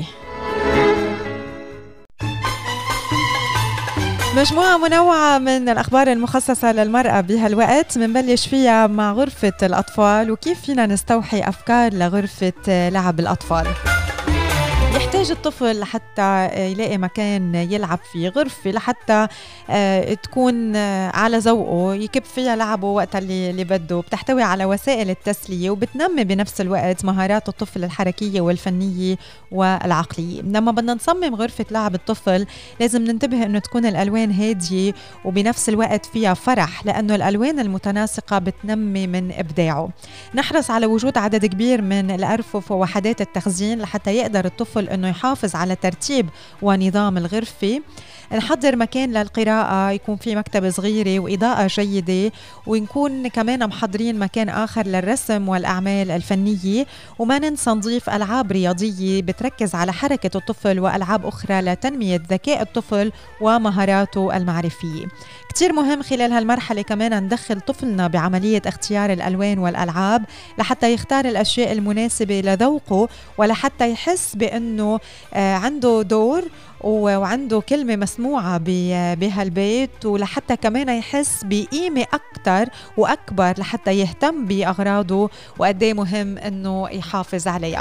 مجموعة منوعة من الأخبار المخصصة للمرأة بهالوقت، منبلش فيها مع غرفة الأطفال وكيف فينا نستوحي أفكار لغرفة لعب الأطفال. يحتاج الطفل لحتى يلاقي مكان يلعب فيه، غرفة لحتى تكون على ذوقه يكب فيها لعبه وقت اللي بده، بتحتوي على وسائل التسلية وبتنمي بنفس الوقت مهارات الطفل الحركية والفنية والعقلية. لما بدنا نصمم غرفة لعب الطفل لازم ننتبه انه تكون الألوان هادية وبنفس الوقت فيها فرح، لأنه الألوان المتناسقة بتنمي من إبداعه. نحرص على وجود عدد كبير من الأرفف ووحدات التخزين لحتى يقدر الطفل انه يحافظ على ترتيب ونظام الغرفة. نحضر مكان للقراءة، يكون في مكتبة صغيرة وإضاءة جيدة، ونكون كمان محضرين مكان آخر للرسم والأعمال الفنية. وما ننسى نضيف ألعاب رياضية بتركز على حركة الطفل وألعاب أخرى لتنمية ذكاء الطفل ومهاراته المعرفية. كتير مهم خلال هالمرحلة كمان ندخل طفلنا بعملية اختيار الألوان والألعاب لحتى يختار الأشياء المناسبة لذوقه، ولحتى يحس بأنه عنده دور وعنده كلمة مسموعة بهالبيت، ولحتى كمان يحس بقيمة أكتر وأكبر لحتى يهتم بأغراضه وقديه مهم أنه يحافظ عليها.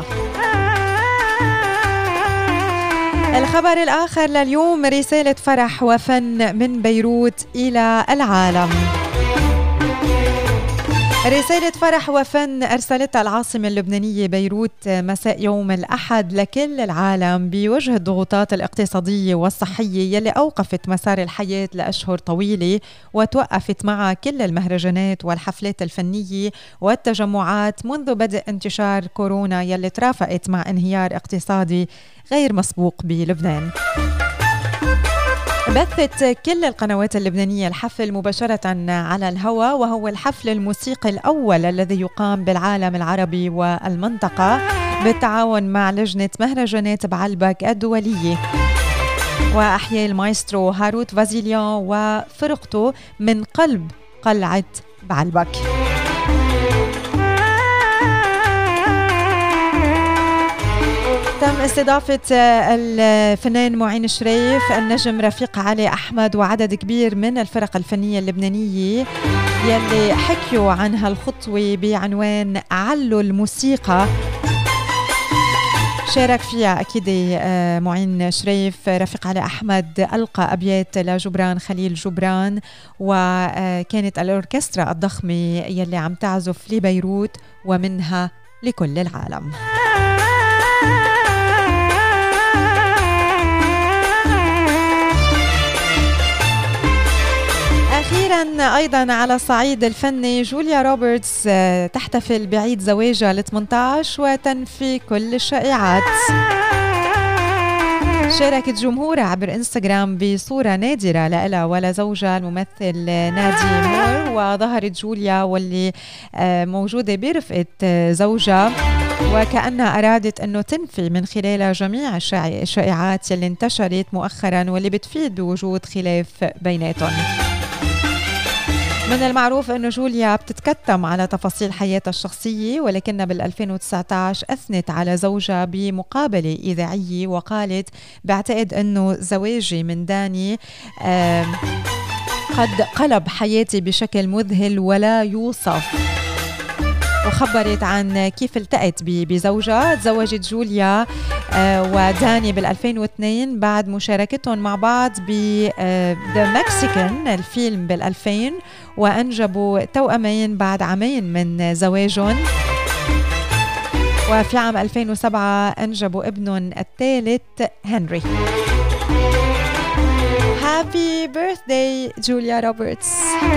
الخبر الآخر لليوم رسالة فرح وفن من بيروت إلى العالم. رسالة فرح وفن أرسلتها العاصمة اللبنانية بيروت مساء يوم الأحد لكل العالم بوجه الضغوطات الاقتصادية والصحية يلي أوقفت مسار الحياة لأشهر طويلة، وتوقفت معها كل المهرجانات والحفلات الفنية والتجمعات منذ بدء انتشار كورونا يلي ترافقت مع انهيار اقتصادي غير مسبوق بلبنان. بثت كل القنوات اللبنانية الحفل مباشرة على الهواء، وهو الحفل الموسيقي الأول الذي يقام بالعالم العربي والمنطقة بالتعاون مع لجنة مهرجانات بعلبك الدولية، وأحياء المايسترو هاروت فازيليان وفرقته من قلب قلعة بعلبك. تم استضافة الفنان معين شريف، النجم رفيق علي أحمد، وعدد كبير من الفرق الفنية اللبنانية يلي حكيوا عن هالخطوة بعنوان علوا الموسيقى. شارك فيها أكيد معين شريف. رفيق علي أحمد ألقى أبيات لجبران خليل جبران، وكانت الأوركسترا الضخمة يلي عم تعزف لبيروت ومنها لكل العالم. أخيراً أيضاً على الصعيد الفني، جوليا روبرتس تحتفل بعيد زواجها ل18 وتنفي كل الشائعات. شاركت جمهورها عبر إنستغرام بصورة نادرة لها ولزوجها الممثل نادي مور، وظهرت جوليا واللي موجودة برفقة زوجها وكأنها أرادت أنه تنفي من خلالها جميع الشائعات يلي انتشرت مؤخراً واللي بتفيد بوجود خلاف بيناتهم. من المعروف أنه جوليا بتتكتم على تفاصيل حياتها الشخصية، ولكنها بال2019 أثنت على زوجها بمقابلة إذاعية وقالت: بعتقد أنه زواجي من داني قد قلب حياتي بشكل مذهل ولا يوصف. وخبرت عن كيف التقت بزوجها. تزوجت جوليا وداني بال2002 بعد مشاركتهم مع بعض ب The Mexican الفيلم بال2000، وأنجبوا توأمين بعد عامين من زواجهم، وفي عام 2007 أنجبوا ابنهم الثالث هنري. Happy birthday جوليا روبرتس.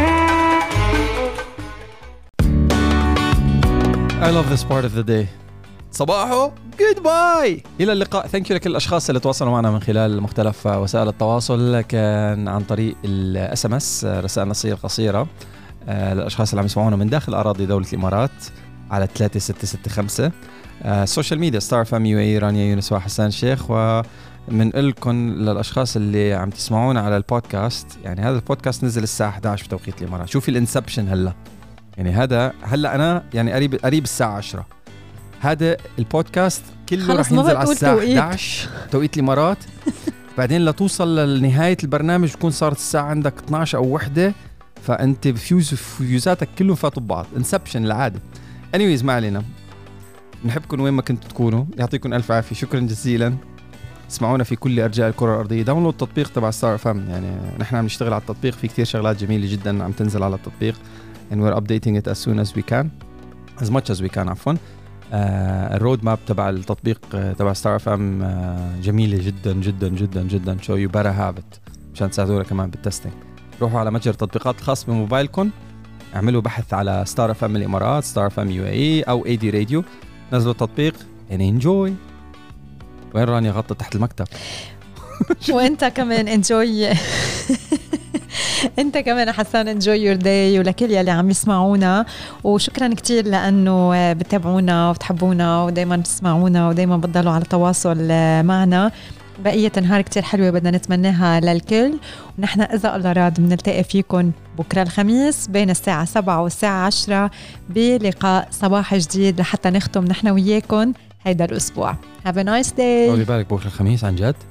I love this part of the day. صباحو goodbye. إلى اللقاء. ثانك يو لكل الأشخاص اللي تواصلوا معنا من خلال مختلف وسائل التواصل، كان عن طريق SMS رسائل نصية قصيرة للأشخاص اللي عم يسمعونا من داخل أراضي دولة الإمارات على 3665. السوشيال ميديا ستار فام UAE رانيا يونس وحسان شيخ. ومنقلكم للأشخاص اللي عم تسمعونا على البودكاست، يعني هذا البودكاست نزل الساعة 11 بتوقيت الإمارات. شوفي الانسبشن هلا، يعني هذا هلا انا يعني قريب الساعه 10. هذا البودكاست كله رح ينزل على الساعه 11 توقيت الامارات. بعدين لتوصل لنهايه البرنامج تكون صارت الساعه عندك 12 او 1، فانت فيوزاتك كلهم فاتوا ببعض. انسبشن العاده. anyways ما علينا، بنحبكم وين ما كنتوا تكونوا، يعطيكم الف عافيه، شكرا جزيلا. اسمعونا في كل ارجاء الكره الارضيه. داونلود التطبيق تبع ستار اف ام، يعني نحن عم نشتغل على التطبيق، في كتير شغلات جميله جدا عم تنزل على التطبيق and we're updating it as soon as we can, as much as we can عفوا. الرود ماب تبع التطبيق تبع ستار اف ام جميله جدا جدا جدا جدا. show you better have it مشان تساعدونا كمان بالتستنج. روحوا على متجر التطبيقات الخاص بموبايلكم، اعملوا بحث على ستار اف ام الامارات، ستار اف ام UAE او AD راديو، نزلوا التطبيق and enjoy. وين رانيا غطت تحت المكتب؟ وانت كمان enjoy. انت كمان حسان enjoy your day، ولكل يلي عم يسمعونا، وشكرا كتير لانه بتابعونا وتحبونا ودايما تسمعونا ودايما بتضلوا على تواصل معنا. بقية نهار كتير حلوة بدنا نتمناها للكل، ونحن إذا الله راد بنلتقي فيكم بكرة الخميس بين الساعة 7 والساعة 10 بلقاء صباح جديد لحتى نختم نحن وياكم هيدا الأسبوع. Have a nice day. خلي بالك بكرة الخميس عن جد؟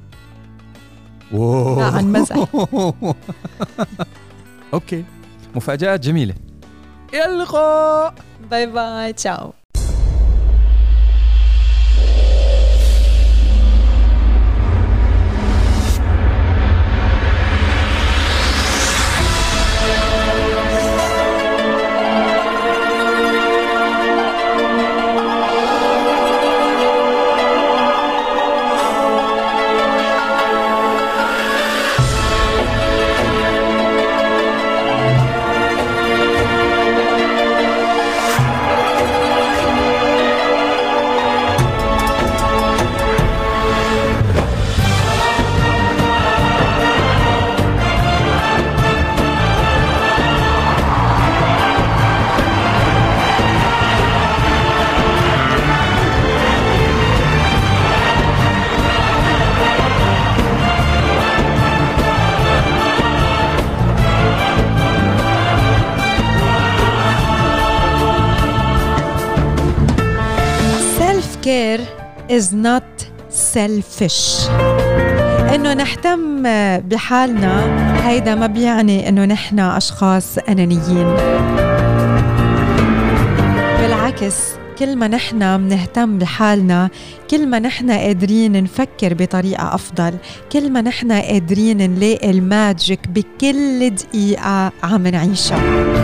لا عن مزح. أوكي، مفاجآت جميلة. إلى اللقاء. باي باي، تشاو. Care is not selfish. إنه نهتم بحالنا هيدا ما بيعني إنه نحن أشخاص أنانيين. بالعكس، كل ما نحن منهتم بحالنا كل ما نحن قادرين نفكر بطريقة أفضل، كل ما نحن قادرين نلاقي الماجيك بكل دقيقة عم نعيشها.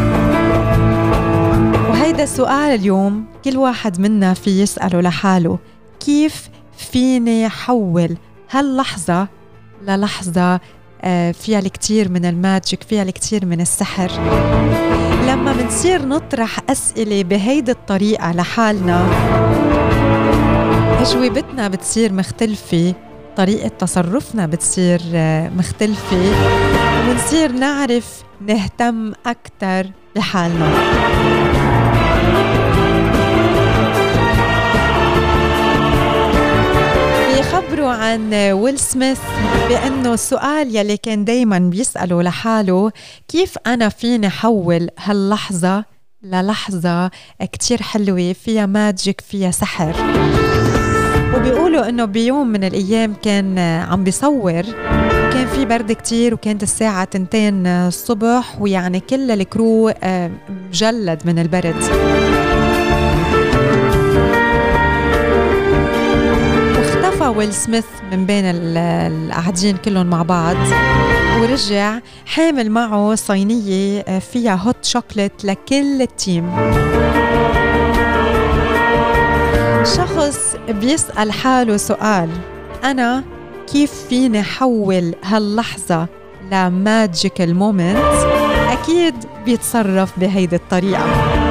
وهيدا السؤال اليوم كل واحد منا في يسأله لحاله: كيف فيني حول هاللحظة للحظة فيها الكثير من الماجيك، فيها الكثير من السحر؟ لما منصير نطرح أسئلة بهيدي الطريقة لحالنا أجوبتنا بتصير مختلفة، طريقة تصرفنا بتصير مختلفة، ومنصير نعرف نهتم أكتر بحالنا. بيخبروا عن ويل سميث بأنه السؤال يلي كان دايما بيسأله لحاله: كيف أنا فيني حول هاللحظة للحظة كتير حلوة فيها ماجيك فيها سحر؟ وبيقولوا أنه بيوم من الأيام كان عم بيصور، كان في برد كتير وكانت الساعة 2 الصبح، ويعني كل الكرو مجلد من البرد. واختفى ويل سميث من بين القاعدين كلهم مع بعض، ورجع حامل معه صينية فيها هوت شوكولات لكل التيم. شخص بيسأل حاله سؤال: أنا كيف فيني حول هاللحظة لماجيكال مومنت؟ أكيد بيتصرف بهيدي الطريقة.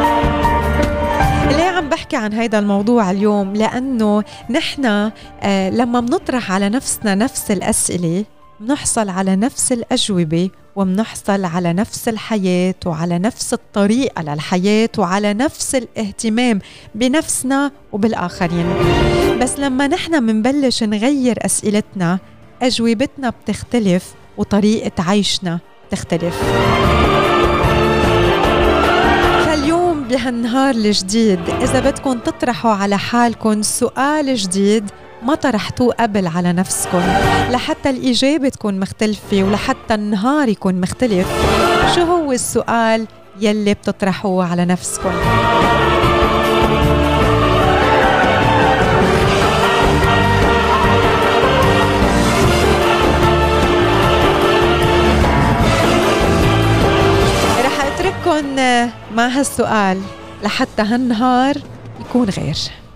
ليه عم بحكي عن هيدا الموضوع اليوم؟ لأنه نحن لما بنطرح على نفسنا نفس الأسئلة بنحصل على نفس الأجوبة، وبنحصل على نفس الحياة وعلى نفس الطريقة للحياة وعلى نفس الاهتمام بنفسنا وبالآخرين. بس لما نحن منبلش نغير أسئلتنا أجوبتنا بتختلف وطريقة عيشنا بتختلف. بهالنهار الجديد إذا بدكم تطرحوا على حالكم سؤال جديد ما طرحتوه قبل على نفسكم لحتى الإجابة تكون مختلفة ولحتى النهار يكون مختلف، شو هو السؤال يلي بتطرحوه على نفسكم؟ رح أترككم مع هالسؤال لحتى هالنهار يكون غير.